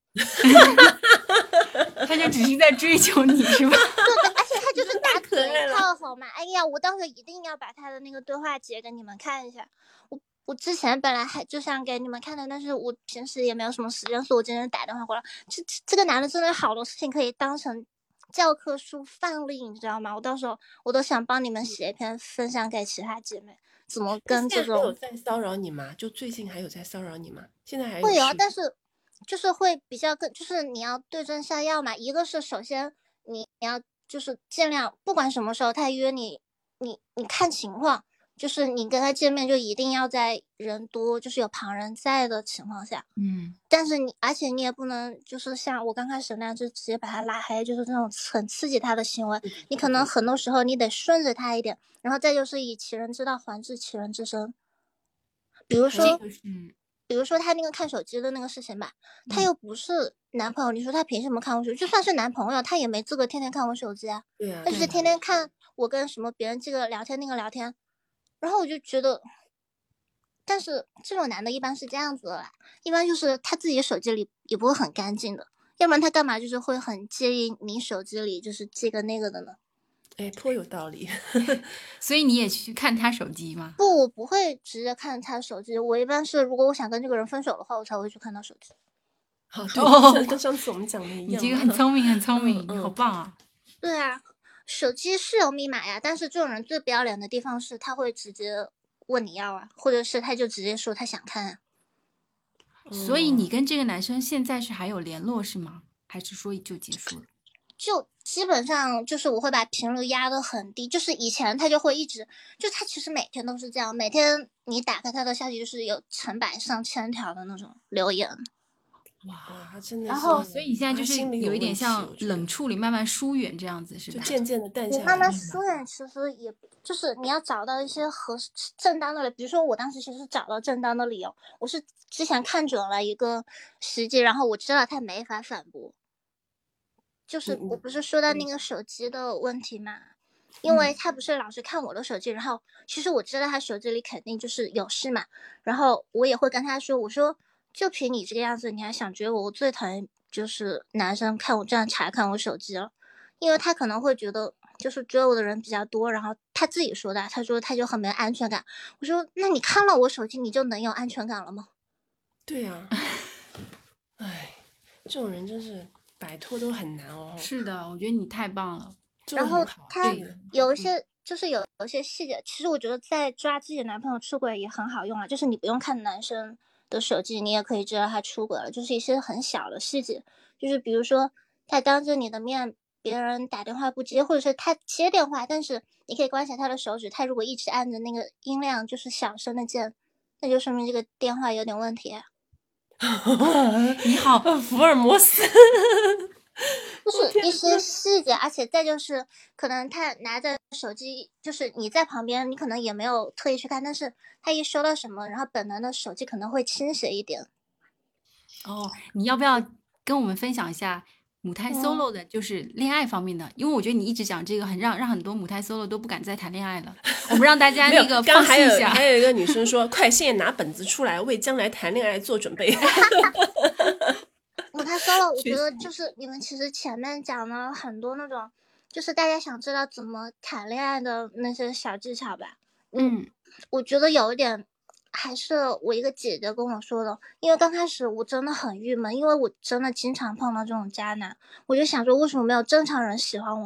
他就只是在追求你是吧？ 对，而且他就是打嘴炮好吗？哎呀，我到时候一定要把他的那个对话截给你们看一下。我之前本来还就想给你们看的，但是我平时也没有什么时间，所以我今天打电话过来。这个男的真的好多事情可以当成教科书范例，你知道吗？我到时候我都想帮你们写一篇分享给其他姐妹，怎么跟这种。 有在骚扰你吗？就最近还有在骚扰你吗？现在还有？ 会有，但是就是会比较就是你要对症下药嘛。一个是首先你要就是尽量不管什么时候他约你看情况，就是你跟他见面就一定要在人多就是有旁人在的情况下。但是而且你也不能就是像我刚开始那样就直接把他拉黑，就是这种很刺激他的行为。你可能很多时候你得顺着他一点，然后再就是以其人之道还治其人之身。比如说他那个看手机的那个事情吧，他又不是男朋友，你说他凭什么看我手机？就算是男朋友，他也没资格天天看我手机啊。 对啊， 他就是天天看我跟什么别人这个聊天那个聊天，然后我就觉得，但是这种男的一般是这样子的啦，一般就是他自己手机里也不会很干净的，要不然他干嘛就是会很介意你手机里就是这个那个的呢？ 哎，颇有道理。 所以你也去看他手机吗？ 不，我不会直接看他手机，我一般是如果我想跟这个人分手的话，我才会去看他手机。 好，对，跟上次我们讲的一样。 你这个很聪明，很聪明，你好棒啊！ 对啊，手机是有密码呀，但是这种人最不要脸的地方是他会直接问你要啊，或者是他就直接说他想看啊。 所以你跟这个男生现在是还有联络是吗？还是说就结束了？ 就基本上就是我会把频率压得很低，就是以前他就会一直，就他其实每天都是这样，每天你打开他的消息就是有成百上千条的那种留言。 哇，他真的是。 然后所以你现在就是有一点像冷处理，慢慢疏远这样子是吧？ 就渐渐的淡下来。 慢慢疏远，其实也就是你要找到一些正当的，比如说我当时其实是找到正当的理由，我是之前看准了一个时机，然后我知道他没法反驳。就是我不是说到那个手机的问题嘛，因为他不是老是看我的手机，然后其实我知道他手机里肯定就是有事嘛，然后我也会跟他说，我说就凭你这个样子，你还想追我？我最讨厌就是男生看我这样查看我手机了，因为他可能会觉得就是追我的人比较多，然后他自己说的，他说他就很没安全感。我说那你看了我手机，你就能有安全感了吗？ 对呀，哎，这种人真是摆脱都很难哦。 是的，我觉得你太棒了。 然后他有一些就是有一些细节，其实我觉得在抓自己的男朋友出轨也很好用啊，就是你不用看男生的手机，你也可以知道他出轨了，就是一些很小的细节，就是比如说他当着你的面别人打电话不接，或者是他接电话，但是你可以观察他的手指，他如果一直按着那个音量就是小声的键，那就说明这个电话有点问题。 你好， 福尔摩斯。 就是一些细节，而且再就是可能他拿着手机，就是你在旁边，你可能也没有特意去看，但是他一收到什么，然后本能的手机可能会倾斜一点。 哦，你要不要跟我们分享一下母胎 solo 的就是恋爱方面的？因为我觉得你一直讲这个很让很多母胎 solo 都不敢再谈恋爱了。我们让大家那个放弃一下。 还有一个女生说快现在拿本子出来为将来谈恋爱做准备。 母胎 solo 我觉得就是你们其实前面讲了很多那种就是大家想知道怎么谈恋爱的那些小技巧吧。我觉得有一点还是我一个姐姐跟我说的，因为刚开始我真的很郁闷，因为我真的经常碰到这种渣男，我就想说为什么没有正常人喜欢我呢？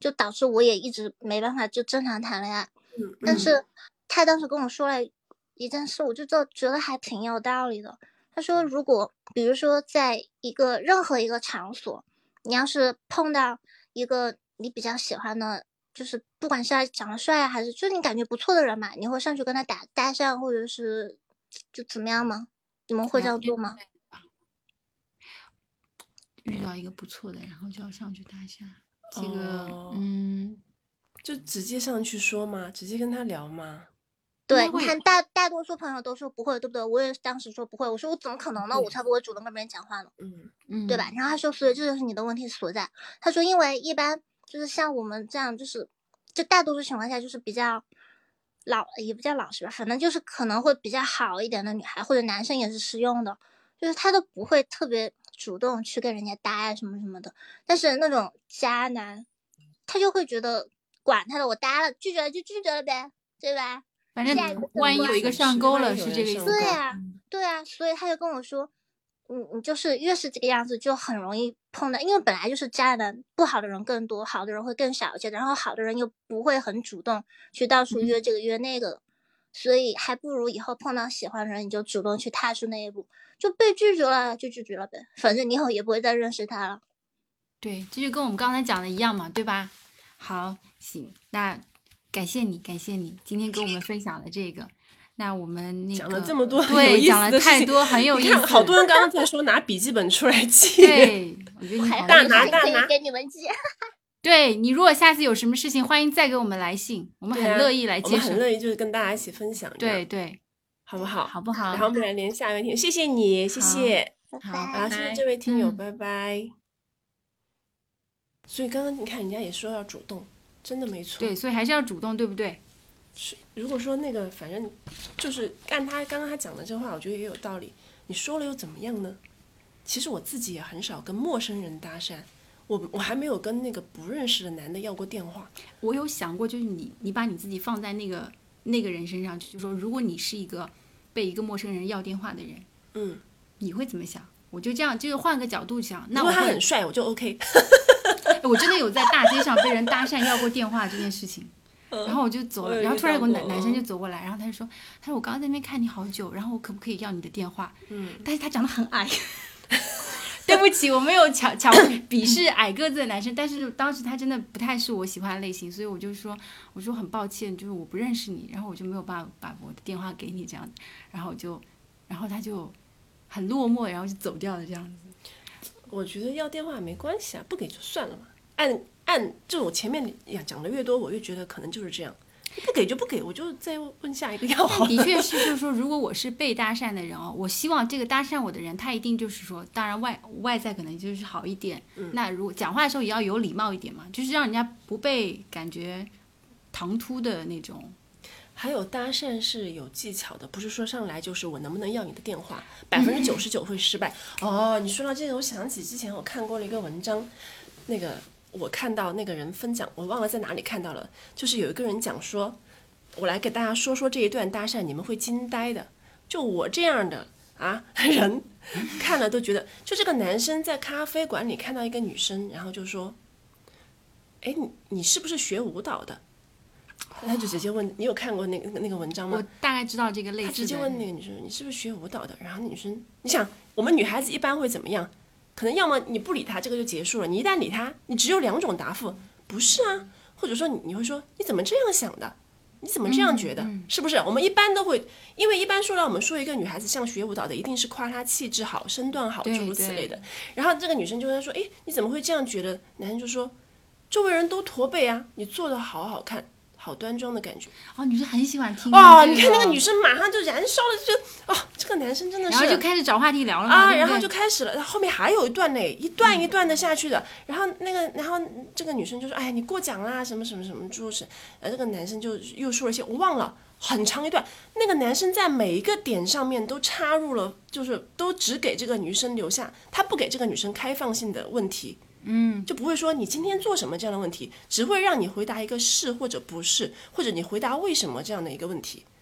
就导致我也一直没办法就正常谈恋爱。但是他当时跟我说了一件事，我就觉得还挺有道理的。他说如果比如说在任何一个场所，你要是碰到一个你比较喜欢的，就是不管是他长得帅还是就是你感觉不错的人嘛，你会上去跟他搭讪或者是就怎么样吗？你们会这样做吗？ 遇到一个不错的然后就要上去搭讪，这个就直接上去说嘛，直接跟他聊嘛。 对，你看大多数朋友都说不会，对不对？我也当时说不会，我说我怎么可能呢？我才不会主动跟别人讲话呢，对吧？然后他说，所以这就是你的问题所在。他说，因为一般就是像我们这样，就大多数情况下就是比较老，也不叫老实吧，反正就是可能会比较好一点的女孩或者男生也是适用的，就是他都不会特别主动去跟人家搭呀什么什么的。但是那种渣男，他就会觉得管他的，我搭了，拒绝了就拒绝了呗，对吧？ 反正万一有一个上钩了，是这个意思。 对啊，所以他就跟我说，你就是越是这个样子，就很容易碰到，因为本来就是渣男，不好的人更多，好的人会更少一些，然后好的人又不会很主动去到处约这个约那个，所以还不如以后碰到喜欢的人，你就主动去踏出那一步，就被拒绝了就拒绝了呗，反正你以后也不会再认识他了。 对，这就跟我们刚才讲的一样嘛，对吧？好，行，那感谢你今天给我们分享了这个。那我们讲了这么多， 对，讲了太多很有意思。 好多人刚刚在说拿笔记本出来记， 对，我觉得你好大拿给你们记。 对，你如果下次有什么事情，欢迎再给我们来信，我们很乐意来接受， 我们很乐意就是跟大家一起分享。 对， 好不好？ 好不好？ 然后我们来连下一位听友，谢谢你，谢谢， 好， 谢谢这位听友，拜拜。所以刚刚你看人家也说要主动，真的没错。 对，所以还是要主动，对不对？ 是，如果说那个反正就是按他刚刚他讲的这话，我觉得也有道理。你说了又怎么样呢？其实我自己也很少跟陌生人搭讪，我还没有跟那个不认识的男的要过电话。 我有想过，就是你把你自己放在那个人身上，就是说，如果你是一个被一个陌生人要电话的人，你会怎么想？我就这样，就是换个角度想，那如果他很帅，我就 OK。 我真的有在大街上被人搭讪要过电话这件事情。然后我就走了，然后突然有个男生就走过来，然后他就说我刚刚在那边看你好久，然后我可不可以要你的电话？但是他长得很矮，对不起，我没有鄙视矮个子的男生，但是当时他真的不太是我喜欢的类型，所以我说很抱歉，就是我不认识你，然后我就没有办法把我的电话给你这样子，然后他就很落寞，然后就走掉了这样子。 我觉得要电话没关系啊，不给就算了嘛。就我前面讲的越多，我越觉得可能就是这样，不给就不给，我就再问下一个要好了。 的确是，就是说，如果我是被搭讪的人我希望这个搭讪我的人，他一定就是说，当然外在可能就是好一点，那如果讲话的时候也要有礼貌一点嘛，就是让人家不被感觉唐突的那种。 还有搭讪是有技巧的，不是说上来就是我能不能要你的电话，99%会失败。你说到这个，我想起之前我看过了一个文章，那个我看到那个人分享，我忘了在哪里看到了，就是有一个人讲说，我来给大家说这一段搭讪，你们会惊呆的。就我这样的人看了都觉得，就这个男生在咖啡馆里看到一个女生，然后就说，哎，你是不是学舞蹈的？他就直接问，你有看过那个文章吗？ 我大概知道这个类似的。 他直接问那个女生，你是不是学舞蹈的？然后女生，你想我们女孩子一般会怎么样？可能要么你不理他，这个就结束了。你一旦理他，你只有2种答复，不是啊，或者说你会说你怎么这样想的？你怎么这样觉得？是不是？我们一般都会，因为一般说到我们说一个女孩子像学舞蹈的，一定是夸她气质好、身段好，诸如此类的。然后这个女生就会说，哎，你怎么会这样觉得？男生就说，周围人都驼背啊，你做的好好看。好端庄的感觉女生很喜欢听你看那个女生马上就燃烧了，就这个男生真的是， 然后就开始找话题聊了嘛，对对， 然后就开始了，后面还有一段呢，一段一段的下去的，然后这个女生就说，哎，你过奖啦，什么什么什么诸如此，这个男生就又说了一些，我忘了很长一段，那个男生在每一个点上面都插入了，就是都只给这个女生留下，他不给这个女生开放性的问题。就不会说你今天做什么这样的问题，只会让你回答一个是或者不是，或者你回答为什么这样的一个问题。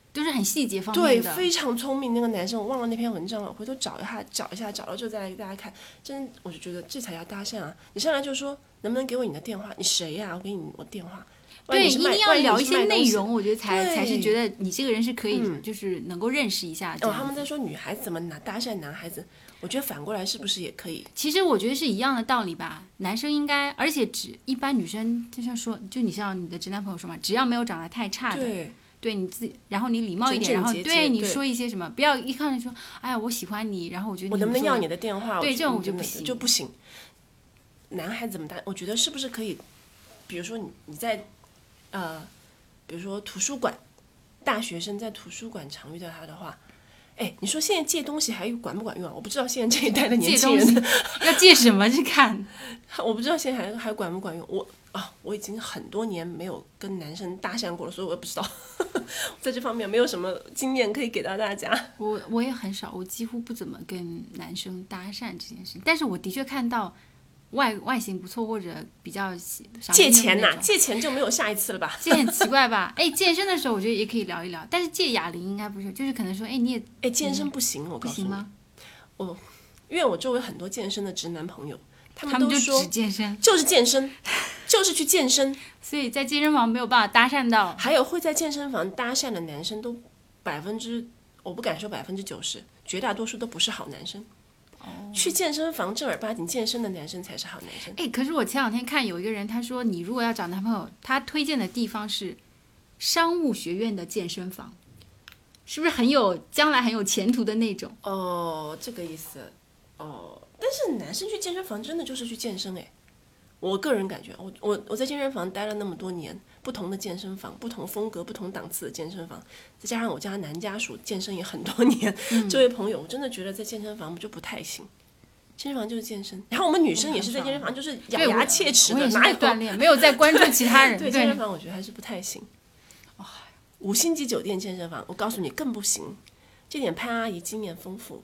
都是很细节方面的。 对，非常聪明那个男生，我忘了那篇文章了，回头找一下，找了就再来给大家看。真，我就觉得这才叫搭讪啊！你上来就说能不能给我你的电话？你谁呀？我给你我电话。 对，一定要聊一些内容，我觉得才是觉得你这个人是可以，就是能够认识一下。 他们在说女孩子怎么搭讪男孩子，我觉得反过来是不是也可以？ 其实我觉得是一样的道理吧。男生应该，而且一般女生就像说，就你像你的直男朋友说嘛，只要没有长得太差的，对你自己，然后你礼貌一点，然后对你说一些什么，不要一看就说，哎呀，我喜欢你，然后我觉得我能不能要你的电话？ 对，这种我就不行。男孩子怎么搭？我觉得是不是可以？比如说你在比如说图书馆，大学生在图书馆常遇到他的话，哎，你说现在借东西还管不管用啊？我不知道现在这一代的年轻人要借什么去看， 我不知道现在还管不管用。我已经很多年没有跟男生搭讪过了，所以我也不知道在这方面没有什么经验可以给到大家。 我也很少，我几乎不怎么跟男生搭讪这件事，但是我的确看到外形不错或者比较借钱呐，借钱就没有下一次了吧？ 这很奇怪吧？哎，健身的时候我觉得也可以聊一聊，但是借哑铃应该不是，就是可能说，哎，你也健身不行，我告诉你， 不行吗？ 因为我周围很多健身的直男朋友，他们就说只健身， 就是健身，就是去健身， 所以在健身房没有办法搭讪到。 还有会在健身房搭讪的男生都我不敢说90%，绝大多数都不是好男生。去健身房正儿八经健身的男生才是好男生。 哎，可是我前两天看有一个人，他说你如果要找男朋友，他推荐的地方是商务学院的健身房，是不是将来很有前途的那种？ 这个意思。但是男生去健身房真的就是去健身哎。我个人感觉，我在健身房待了那么多年，不同的健身房，不同风格、不同档次的健身房，再加上我家男家属健身也很多年，这位朋友，我真的觉得在健身房就不太行。健身房就是健身，然后我们女生也是在健身房，就是咬牙切齿的， 哪有锻炼，没有在关注其他人。 对，健身房我觉得还是不太行。5星级酒店健身房，我告诉你更不行，这点潘阿姨经验丰富。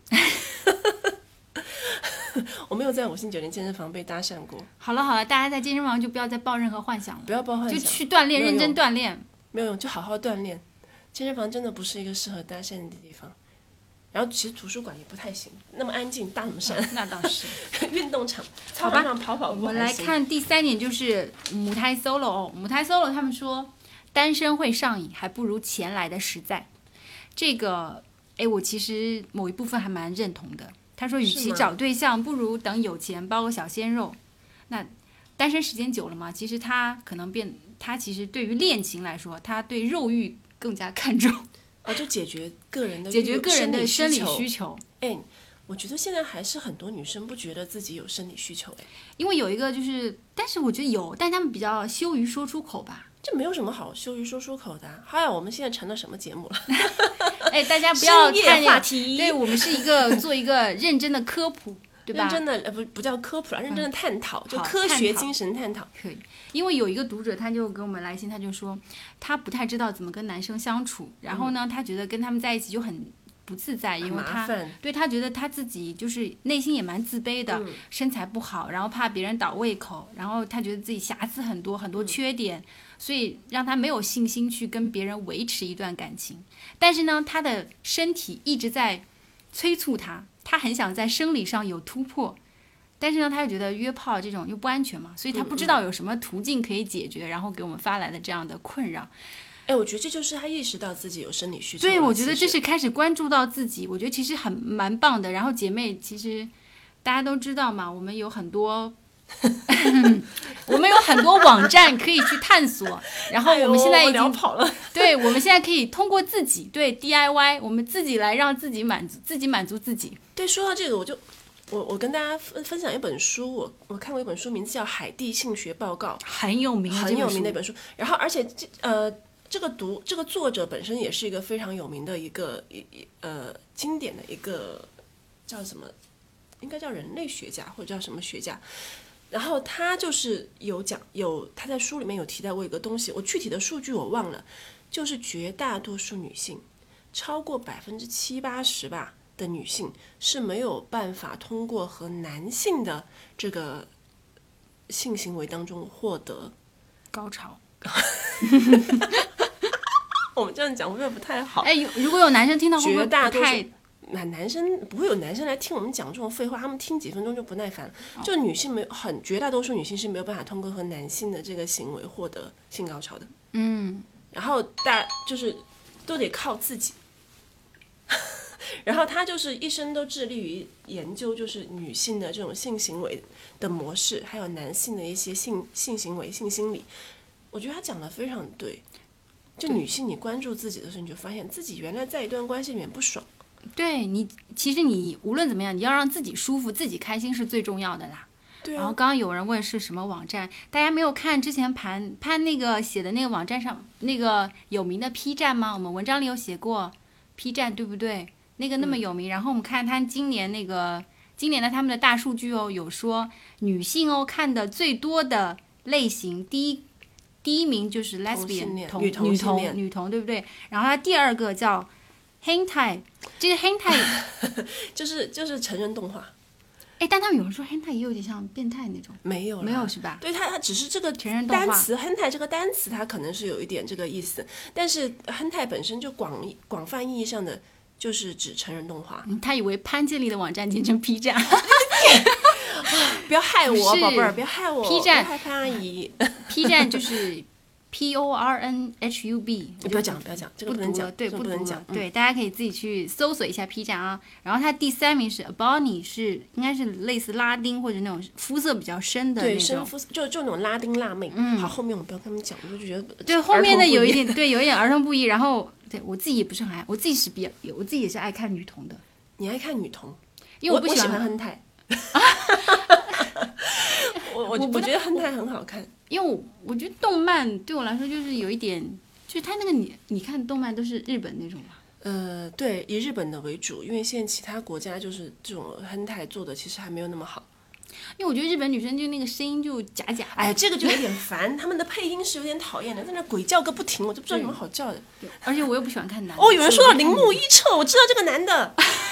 我没有在5星酒店健身房被搭讪过。 好了，大家在健身房就不要再抱任何幻想了， 不要抱幻想， 就去锻炼，认真锻炼， 没有用，就好好锻炼。健身房真的不是一个适合搭讪的地方。然后其实图书馆也不太行，那么安静，搭什么讪？ 那倒是。 运动场，操场上跑步。我们来看第3点，就是母胎 solo。母胎 solo 他们说，单身会上瘾，还不如钱来的实在。这个，我其实某一部分还蛮认同的。他说，与其找对象，不如等有钱包个小鲜肉。那单身时间久了嘛，其实他其实对于恋情来说，他对肉欲更加看重。 就解决个人的生理需求。 我觉得现在还是很多女生不觉得自己有生理需求因为有一个就是，但是我觉得有，但他们比较羞于说出口吧。 这没有什么好羞于说出口的。还有我们现在成了什么节目了？ 大家不要看话题。 对，我们是做一个认真的科普。对吧？ 认真的不叫科普了，认真的探讨，就科学精神探讨。 可以，因为有一个读者他就给我们来信，他就说他不太知道怎么跟男生相处，然后呢，他觉得跟他们在一起就很不自在，因为他觉得他自己就是内心也蛮自卑的，身材不好，然后怕别人倒胃口，然后他觉得自己瑕疵很多，很多缺点，所以让他没有信心去跟别人维持一段感情。但是呢，他的身体一直在催促他很想在生理上有突破，但是呢，他又觉得约炮这种又不安全嘛，所以他不知道有什么途径可以解决，然后给我们发来的这样的困扰。 我觉得这就是他意识到自己有生理需求。 对，我觉得这是开始关注到自己，我觉得其实蛮棒的。然后姐妹，其实大家都知道嘛，我们有很多网站可以去探索，然后我们现在已经聊跑了。 对，我们现在可以通过自己DIY， 我们自己来让自己满足自己。 对，说到这个，我跟大家分享一本书，我看过一本书，名字叫《海地性学报告》， 很有名的一本书。然后，而且这个作者本身也是一个非常有名的一个经典的一个叫什么，应该叫人类学家或者叫什么学家。然后他就是他在书里面有提到过一个东西，我具体的数据我忘了，就是绝大多数女性，超过70-80%吧的女性是没有办法通过和男性的这个性行为当中获得高潮。 我们这样讲会不会不太好？ 哎，如果有男生听到会不会不太？ 男生不会有男生来听我们讲这种废话，他们听几分钟就不耐烦了。就女性绝大多数女性是没有办法通过和男性的这个行为获得性高潮的。然后就是都得靠自己。然后他就是一生都致力于研究，就是女性的这种性行为的模式，还有男性的一些性行为、性心理。我觉得他讲的非常对。就女性，你关注自己的时候，你就发现自己原来在一段关系里面不爽。 对你，其实你无论怎么样，你要让自己舒服、自己开心是最重要的啦。 对啊。 然后刚刚有人问是什么网站，大家没有看之前潘那个写的那个网站上那个有名的 P 站吗？我们文章里有写过 P 站，对不对？那个那么有名。然后我们看他今年的他们的大数据哦，有说女性哦看的最多的类型，第一名就是 lesbian 女同，对不对？然后它第二个叫hentai， 这个 hentai 就是成人动画。 哎，但他们有人说 hentai 也有点像变态那种。没有是吧？ 对，它只是这个成人动画单词 hentai 这个单词它可能是有一点这个意思，但是 hentai 本身就广泛意义上的就是指成人动画。 他以为潘建立的网站简称 P 站。 不要害我，宝贝儿，不要害我。 P 站， 害潘阿姨。 P 站就是 PORNHUB， 不要讲，这个不能讲， 对，不能讲。 对，大家可以自己去搜索一下 P 站啊。然后它第3名是 Ebony， 应该是类似拉丁或者那种肤色比较深的那种。 对，深肤色，就那种拉丁辣妹。好，后面我们不要跟他们讲，我就觉得对后面的有一点儿童不宜。然后对我自己也不是很爱，我自己也是爱看女童的。 你爱看女童？ 因为我不喜欢亨泰。我觉得亨泰很好看， 因为我觉得动漫对我来说就是有一点，就是它那个你看动漫都是日本那种嘛。 对，以日本的为主，因为现在其他国家就是这种亨泰做的其实还没有那么好。 因为我觉得日本女生就那个声音就假假， 哎，这个就有点烦，他们的配音是有点讨厌的，在那鬼叫个不停，我就不知道有什么好叫的。 对，而且我又不喜欢看男的。 哦，有人说到铃木一彻，我知道这个男的。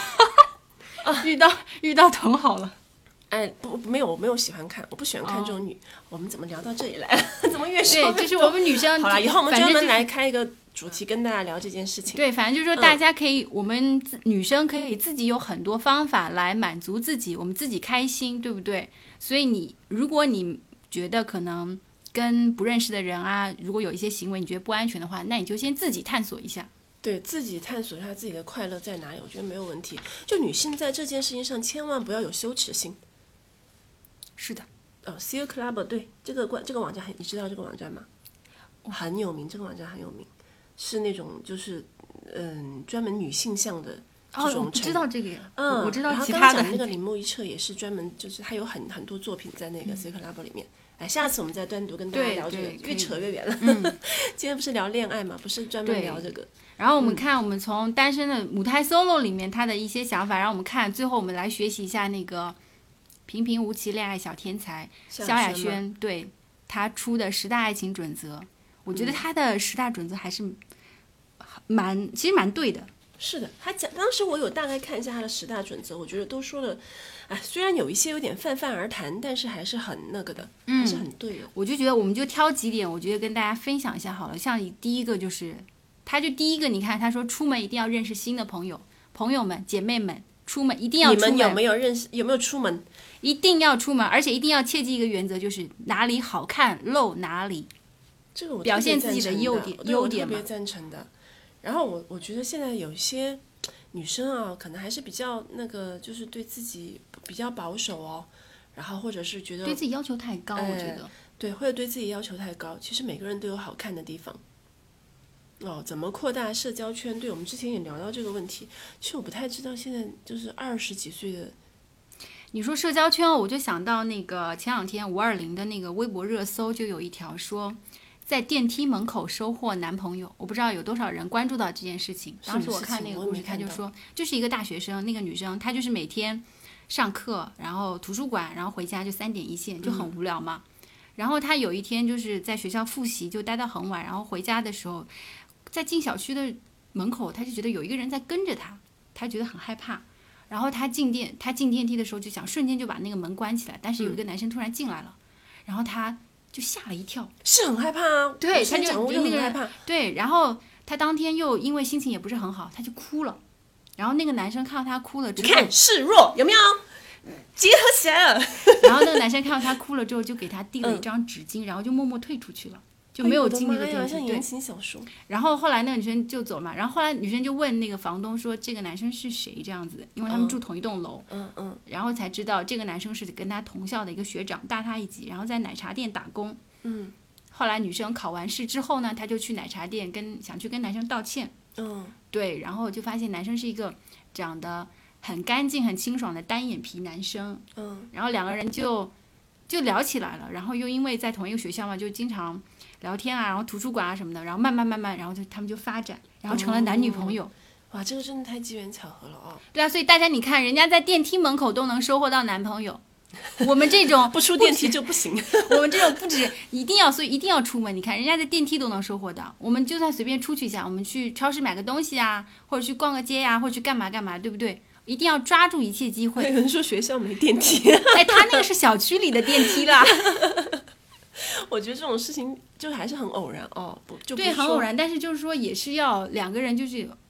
遇到同好了。 哎，没有，我没有喜欢看，我不喜欢看这种女。我们怎么聊到这里来了？怎么越说？ 对，就是我们女生。 好了，以后我们专门来开一个主题跟大家聊这件事情。 对，反正就是说大家可以，我们女生可以自己有很多方法来满足自己，我们自己开心，对不对？所以如果你觉得可能跟不认识的人啊，如果有一些行为你觉得不安全的话，那你就先自己探索一下。 对，自己探索一下自己的快乐在哪里，我觉得没有问题。就女性在这件事情上千万不要有羞耻心。 是的。 Seal Club， 对，这个网站你知道这个网站吗？很有名，这个网站很有名，是那种就是专门女性向的这种。 我知道这个。我知道其他的。然后刚讲那个铃木一彻也是专门，就是他有很多作品在那个 Seal Club 里面。哎，下次我们再单独跟大家聊这个，越扯越远了。今天不是聊恋爱嘛，不是专门聊这个。 然后我们看，我们从单身的母胎 solo 里面他的一些想法，让我们看，最后我们来学习一下那个平平无奇恋爱小天才萧亚轩，对他出的10大爱情准则。我觉得他的10大准则还是其实蛮对的。 是的，当时我有大概看一下他的10大准则，我觉得都说了，哎，虽然有一些有点泛泛而谈，但是还是很那个的，还是很对的。 我就觉得我们就挑几点，我觉得跟大家分享一下好了。像第一个就是，第一个你看他说出门一定要认识新的朋友们姐妹们，出门一定要出门。 你们有没有出门？ 一定要出门，而且一定要切记一个原则，就是哪里好看露哪里。 这个我表现自己的优点嘛。 我特别赞成的。然后我觉得现在有一些女生啊，可能还是比较那个，就是对自己比较保守哦，然后或者是觉得对自己要求太高，我觉得对，或者对自己要求太高。其实每个人都有好看的地方。怎么扩大社交圈？对，我们之前也聊到这个问题。其实我不太知道，现在就是20几岁的。 你说社交圈，我就想到那个前2天520的那个微博热搜，就有一条说，在电梯门口收获男朋友。我不知道有多少人关注到这件事情。当时我看那个故事，他就说，就是一个大学生，那个女生她就是每天上课，然后图书馆，然后回家就3点一线，就很无聊嘛。然后她有一天就是在学校复习，就待到很晚，然后回家的时候，在进小区的门口，她就觉得有一个人在跟着她，她觉得很害怕。然后她进电梯的时候就想瞬间就把那个门关起来，但是有一个男生突然进来了，然后她就吓了一跳， 是很害怕啊。 对，他就很害怕。 对，然后她当天又因为心情也不是很好，她就哭了。然后那个男生看到她哭了之后， 你看示弱有没有？结合起来了。 然后那个男生看到她哭了之后，就给她递了一张纸巾，然后就默默退出去了。就没有进那个电梯， 像言情小说。 然后后来那个女生就走了嘛，然后后来女生就问那个房东说这个男生是谁这样子，因为他们住同一栋楼，然后才知道这个男生是跟他同校的一个学长，大他一级，然后在奶茶店打工。后来女生考完试之后呢，她就去奶茶店想去跟男生道歉。对，然后就发现男生是一个长得很干净、很清爽的单眼皮男生。然后两个人就聊起来了，然后又因为在同一个学校嘛，就经常聊天啊，然后图书馆啊什么的，然后慢慢，然后他们就发展，然后成了男女朋友。 哇，这个真的太机缘巧合了哦。 对啊，所以大家你看，人家在电梯门口都能收获到男朋友，我们这种不出电梯就不行。 我们这种不止一定要出门，你看人家在电梯都能收获到，我们就算随便出去一下，我们去超市买个东西啊，或者去逛个街呀，或者去干嘛，对不对？一定要抓住一切机会。 有人说学校没电梯， 哎，他那个是小区里的电梯啦。 我觉得这种事情就还是很偶然哦， 对，很偶然，但是就是说也是要两个人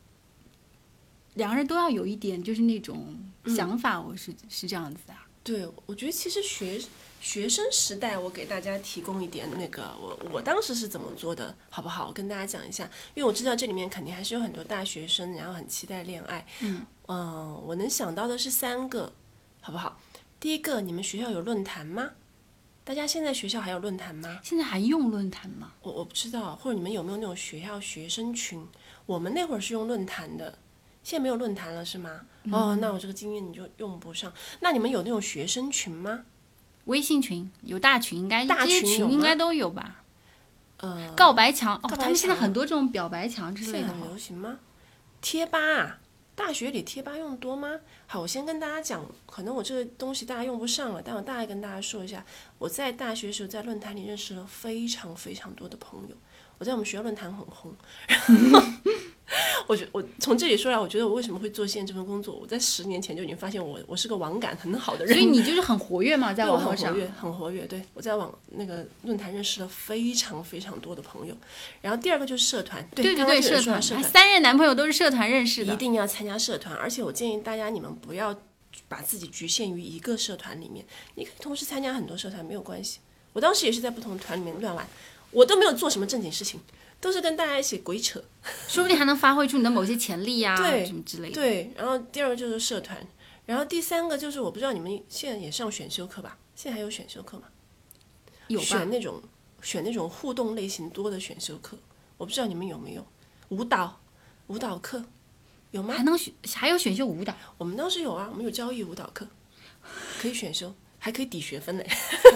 都要有一点就是那种想法，我是这样子的。 对，我觉得其实学生时代，我给大家提供一点那个我当时是怎么做的，好不好？我跟大家讲一下，因为我知道这里面肯定还是有很多大学生，然后很期待恋爱。我能想到的是3个，好不好？第一个，你们学校有论坛吗？大家现在学校还有论坛吗？ 现在还用论坛吗？ 我不知道，或者你们有没有那种学校学生群？我们那会儿是用论坛的，现在没有论坛了是吗？那我这个经验你就用不上。那你们有那种学生群吗？ 微信群有大群，应该大群应该都有吧？告白墙他们现在很多这种表白墙之类的， 很流行吗？贴吧啊，大学里贴吧用多吗？好，我先跟大家讲，可能我这个东西大家用不上了，但我大概跟大家说一下，我在大学的时候在论坛里认识了非常非常多的朋友，我在我们学校论坛很红。我从这里说来，我觉得我为什么会做现在这份工作，我在10年前就已经发现我是个网感很好的人。 所以你就是很活跃嘛，在网络上。 很活跃。对，我在那个论坛认识了非常非常多的朋友。然后第二个就是社团， 对，社团，3任男朋友都是社团认识的。 一定要参加社团，而且我建议大家你们不要把自己局限于一个社团里面，你可以同时参加很多社团，没有关系。我当时也是在不同的团里面乱玩，我都没有做什么正经事情。都是跟大家一起鬼扯， 说不定还能发挥出你的某些潜力啊， 对， 什么之类的。 对，然后第2个就是社团，然后第3个就是我不知道你们现在也上选修课吧？现在还有选修课吗？ 有吧？ 选那种互动类型多的选修课，我不知道你们有没有舞蹈课有吗？ 还有选修舞蹈？ 我们当时有啊，我们有交谊舞蹈课，可以选修，还可以抵学分嘞。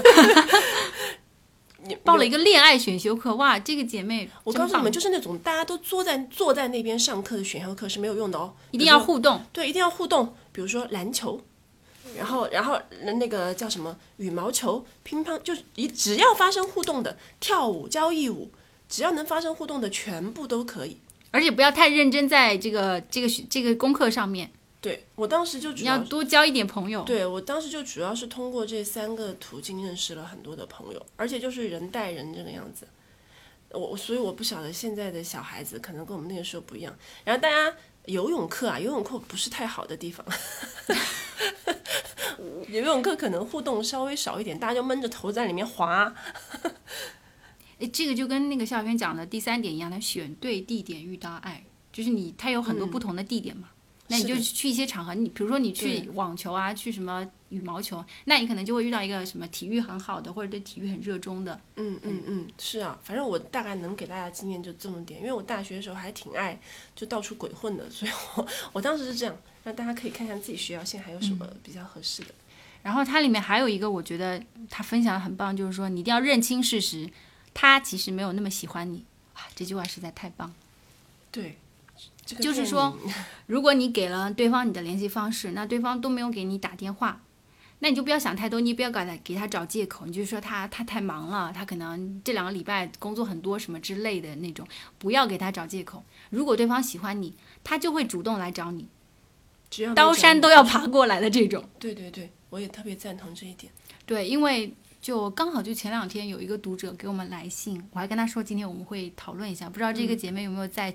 报了一个恋爱选修课，哇，这个姐妹， 我告诉你们，就是那种大家都坐在那边上课的选修课是没有用的哦， 一定要互动。 对，一定要互动。比如说篮球，然后那个叫什么羽毛球、乒乓，就是只要发生互动的，跳舞、交谊舞，只要能发生互动的，全部都可以。 而且不要太认真在这个功课上面。 对，我当时就你要多交一点朋友。 对，我当时就主要是通过这3个途径认识了很多的朋友，而且就是人带人这个样子。所以我不晓得现在的小孩子可能跟我们那个时候不一样。然后大家游泳课不是太好的地方，游泳课可能互动稍微少一点，大家就闷着头在里面滑。 这个就跟那个校园讲的第3点一样，他选对地点遇到爱，就是他有很多不同的地点嘛。那你就去一些场合，你比如说你去网球啊，去什么羽毛球，那你可能就会遇到一个什么体育很好的，或者对体育很热衷的。 是啊，反正我大概能给大家经验就这么点，因为我大学的时候还挺爱就到处鬼混的，所以我当时是这样，让大家可以看看自己学校现在还有什么比较合适的。 然后它里面还有一个我觉得他分享的很棒，就是说你一定要认清事实，他其实没有那么喜欢你。哇，这句话实在太棒。 对。 就是说，如果你给了对方你的联系方式，那对方都没有给你打电话，那你就不要想太多，你不要给他找借口，你就说他太忙了，他可能这2个礼拜工作很多什么之类的那种，不要给他找借口。如果对方喜欢你，他就会主动来找你，刀山都要爬过来的这种。 对，我也特别赞同这一点。 对，因为就刚好就前2天有一个读者给我们来信，我还跟他说今天我们会讨论一下，不知道这个姐妹有没有在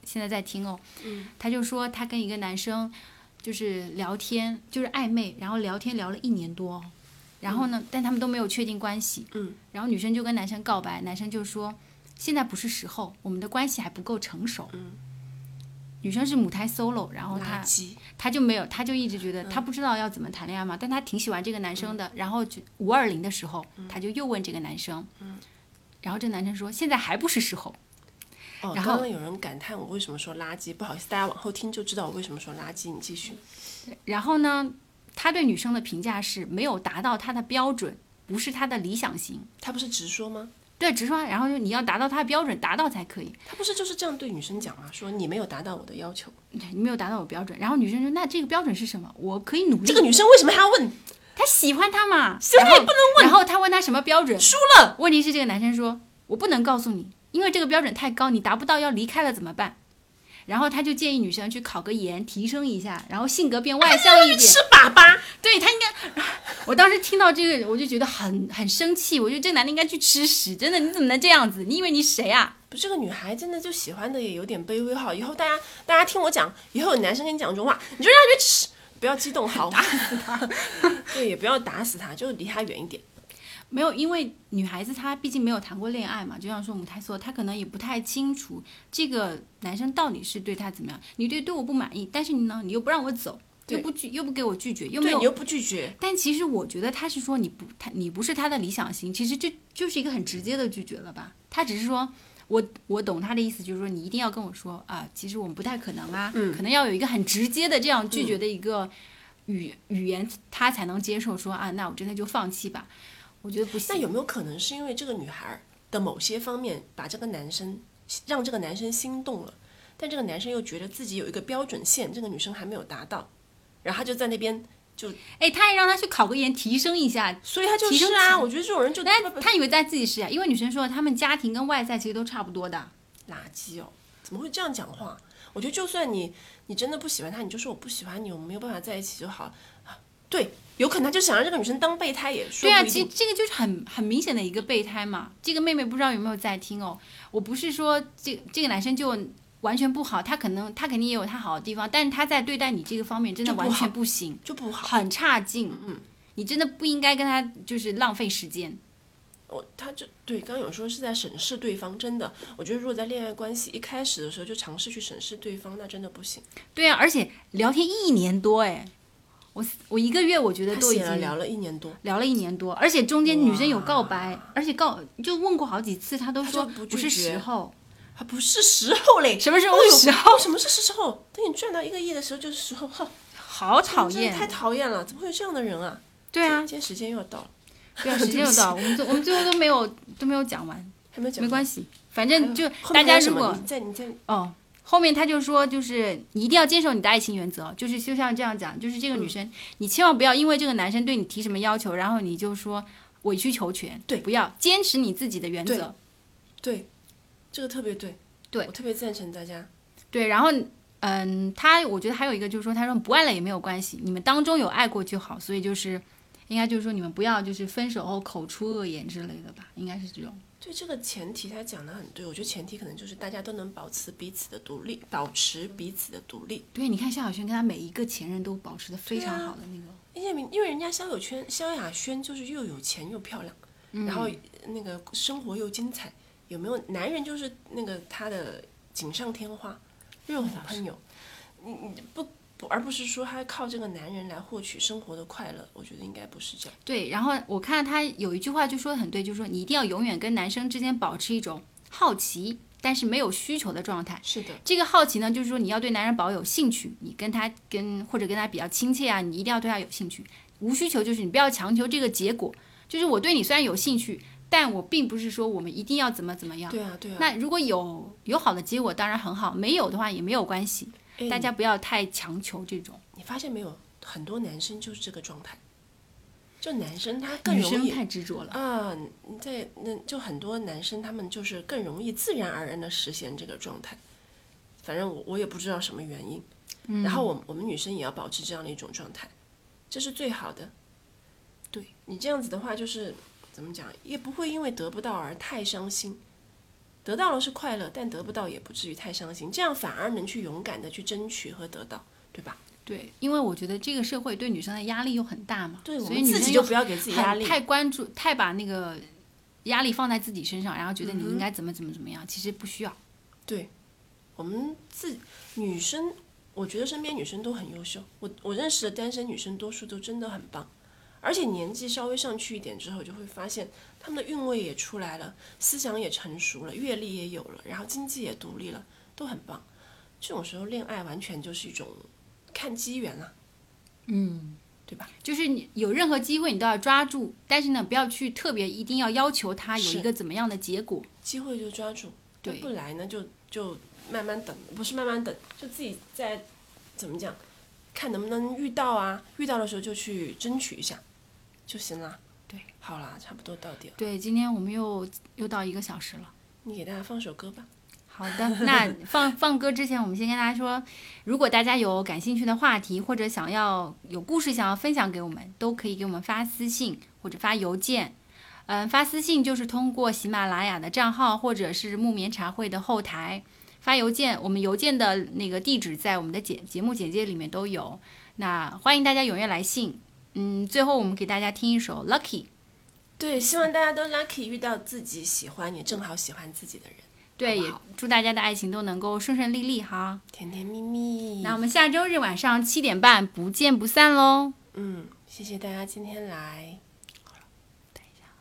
现在在听哦，他就说他跟一个男生就是聊天，就是暧昧，然后聊天聊了1年多，然后呢，但他们都没有确定关系，然后女生就跟男生告白，男生就说现在不是时候，我们的关系还不够成熟。女生是母胎 solo， 然后他就没有，他就一直觉得他不知道要怎么谈恋爱嘛，但他挺喜欢这个男生的。然后520的时候，他就又问这个男生，然后这个男生说现在还不是时候。 然后刚刚有人感叹我为什么说垃圾，不好意思，大家往后听就知道我为什么说垃圾。你继续。 然后呢，他对女生的评价是没有达到他的标准，不是他的理想型。 他不是直说吗？ 对，直说，然后就你要达到他的标准，达到才可以。 他不是就是这样对女生讲吗？说你没有达到我的要求， 你没有达到我标准。然后女生说那这个标准是什么？我可以努力。 这个女生为什么还要问？ 他喜欢他嘛， 所以不能问。 然后他问他什么标准， 输了。 问题是这个男生说我不能告诉你，因为这个标准太高，你达不到要离开了怎么办？然后他就建议女生去考个研，提升一下，然后性格变外向一点。 吃粑粑。 对，他应该。我当时听到这个，我就觉得很生气。我觉得这个男的应该去吃屎，真的，你怎么能这样子？你以为你谁啊？ 不，这个女孩真的就喜欢的也有点卑微哈。以后大家听我讲，以后有男生跟你讲这种话，你就让他去吃，不要激动，好，打死他。对，也不要打死他，就离他远一点。 没有，因为女孩子她毕竟没有谈过恋爱嘛，就像说母胎 solo，她可能也不太清楚这个男生到底是对她怎么样。你对我不满意，但是你又不让我走，又不给我拒绝，又没有， 对你又不拒绝。 但其实我觉得他是说你不是他的理想型，其实这就是一个很直接的拒绝了吧？他只是说我懂他的意思，就是说你一定要跟我说啊，其实我们不太可能啊，可能要有一个很直接的这样拒绝的一个语言，他才能接受说啊，那我真的就放弃吧。我觉得不行。 那有没有可能是因为这个女孩的某些方面把这个男生让这个男生心动了，但这个男生又觉得自己有一个标准线，这个女生还没有达到，然后他就在那边就他还让他去考个研提升一下， 所以他就是啊，我觉得这种人就他以为在自己是啊，因为女生说他们家庭跟外在其实都差不多的。 垃圾哦，怎么会这样讲话？我觉得就算你真的不喜欢他，你就说我不喜欢你，我们没有办法在一起就好了。对，有可能他就想让这个女生当备胎也说不一定。 对啊，其实这个就是很明显的一个备胎嘛。这个妹妹不知道有没有在听哦？我不是说这个男生就完全不好，他肯定也有他好的地方，但是他在对待你这个方面真的完全不行， 就不好， 很差劲。你真的不应该跟他就是浪费时间。 他就对，刚刚有说是在审视对方，真的，我觉得如果在恋爱关系一开始的时候就尝试去审视对方，那真的不行。 对啊，而且聊天1年多我1个月我觉得都已经聊了1年多， 而且中间女生有告白，而且就问过好几次，他都说不是时候， 还不是时候嘞？ 什么时候是时候？ 什么是时候？等你赚到1个亿的时候就是时候。 好讨厌， 太讨厌了，怎么会有这样的人啊？ 对啊， 今天时间又要到了。 对啊，时间又到，我们最后都没有讲完， 还没讲完， 没关系，反正就大家如果你在后面他就说，就是你一定要坚守你的爱情原则，就像这样讲，就是这个女生，你千万不要因为这个男生对你提什么要求，然后你就说委曲求全， 对， 不要坚持你自己的原则， 对，这个特别对，我特别赞成大家。 对，然后我觉得还有一个就是说，他说不爱了也没有关系，你们当中有爱过就好，所以就是应该就是说你们不要就是分手后口出恶言之类的吧，应该是这种。 对，这个前提他讲得很对，我觉得前提可能就是大家都能保持彼此的独立。 对，你看萧亚轩跟他每一个前任都保持得非常好的那个， 因为人家萧亚轩就是又有钱又漂亮，然后那个生活又精彩，有没有男人就是那个他的锦上添花，热火喷油，你而不是说他靠这个男人来获取生活的快乐，我觉得应该不是这样。 对，然后我看他有一句话就说得很对，就是说你一定要永远跟男生之间保持一种好奇但是没有需求的状态。 是的， 这个好奇呢，就是说你要对男人保有兴趣，你或者跟他比较亲切啊，你一定要对他有兴趣。无需求就是你不要强求这个结果，就是我对你虽然有兴趣，但我并不是说我们一定要怎么样。 对啊。 那如果有好的结果当然很好，没有的话也没有关系。大家不要太强求这种。 你发现没有，很多男生就是这个状态，就男生他更容易， 女生太执着了啊！就很多男生他们就是更容易自然而然的实现这个状态。反正我也不知道什么原因。然后我们女生也要保持这样的一种状态，这是最好的。对，你这样子的话，就是怎么讲，也不会因为得不到而太伤心。 得到了是快乐，但得不到也不至于太伤心，这样反而能去勇敢的去争取和得到，对吧？ 对，因为我觉得这个社会对女生的压力又很大嘛， 对， 所以女生自己就不要给自己压力， 太关注，太把那个压力放在自己身上，然后觉得你应该怎么样，其实不需要。 对，我们女生，我觉得身边女生都很优秀，我认识的单身女生多数都真的很棒，而且年纪稍微上去一点之后，就会发现她们的韵味也出来了，思想也成熟了，阅历也有了，然后经济也独立了，都很棒。这种时候恋爱完全就是一种看机缘了，对吧？ 就是你有任何机会你都要抓住，但是呢，不要去特别一定要要求他有一个怎么样的结果， 机会就抓住， 对， 不来呢就慢慢等，不是慢慢等，就自己在怎么讲，看能不能遇到啊，遇到的时候就去争取一下就行了。 对， 好啦，差不多到点了。 对，今天我们又到1个小时了， 你给大家放首歌吧。 好的，那放歌之前，我们先跟大家说，如果大家有感兴趣的话题，或者有故事想要分享给我们，都可以给我们发私信或者发邮件。发私信就是通过喜马拉雅的账号，或者是木棉茶会的后台发邮件。我们邮件的那个地址在我们的节目简介里面都有。那欢迎大家踊跃来信。最后我们给大家听一首 Lucky。 对，希望大家都 lucky 遇到自己喜欢也正好喜欢自己的人。 对， 好不好？ 也祝大家的爱情都能够顺顺利利哈， 甜甜蜜蜜。 那我们下周日晚上7点半不见不散喽。 谢谢大家今天来。 好了，等一下。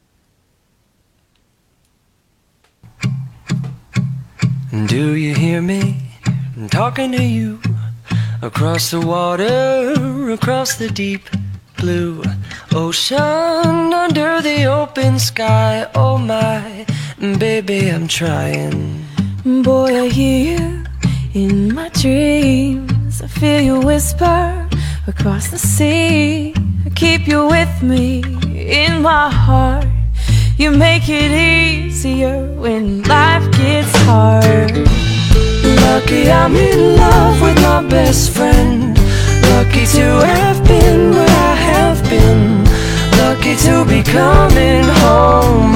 Do you hear me talking to you across the water, across the deep blue ocean, under the open sky? Oh my, baby, I'm trying. Boy, I hear you in my dreams. I feel you whisper across the sea. I keep you with me in my heart. You make it easier when life gets hard. Lucky I'm in love with my best friend. Lucky to have been where I have been. Lucky to be coming home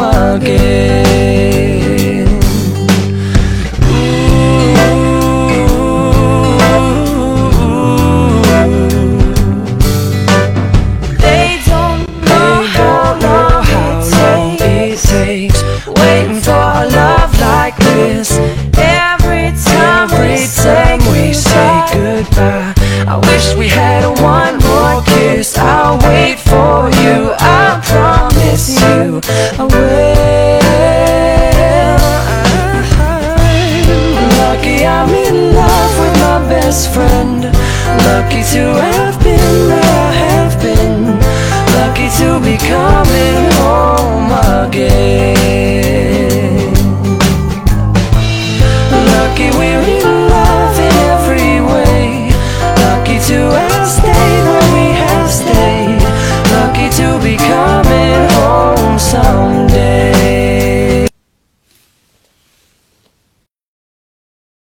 again. They don't know how long it takes Waiting for a love like this. every time we say goodbye, I wish we had one more kiss. I'll wait for you, I promise you I will. Lucky I'm in love with my best friend. Lucky to have been where I have been. Lucky to be coming home again.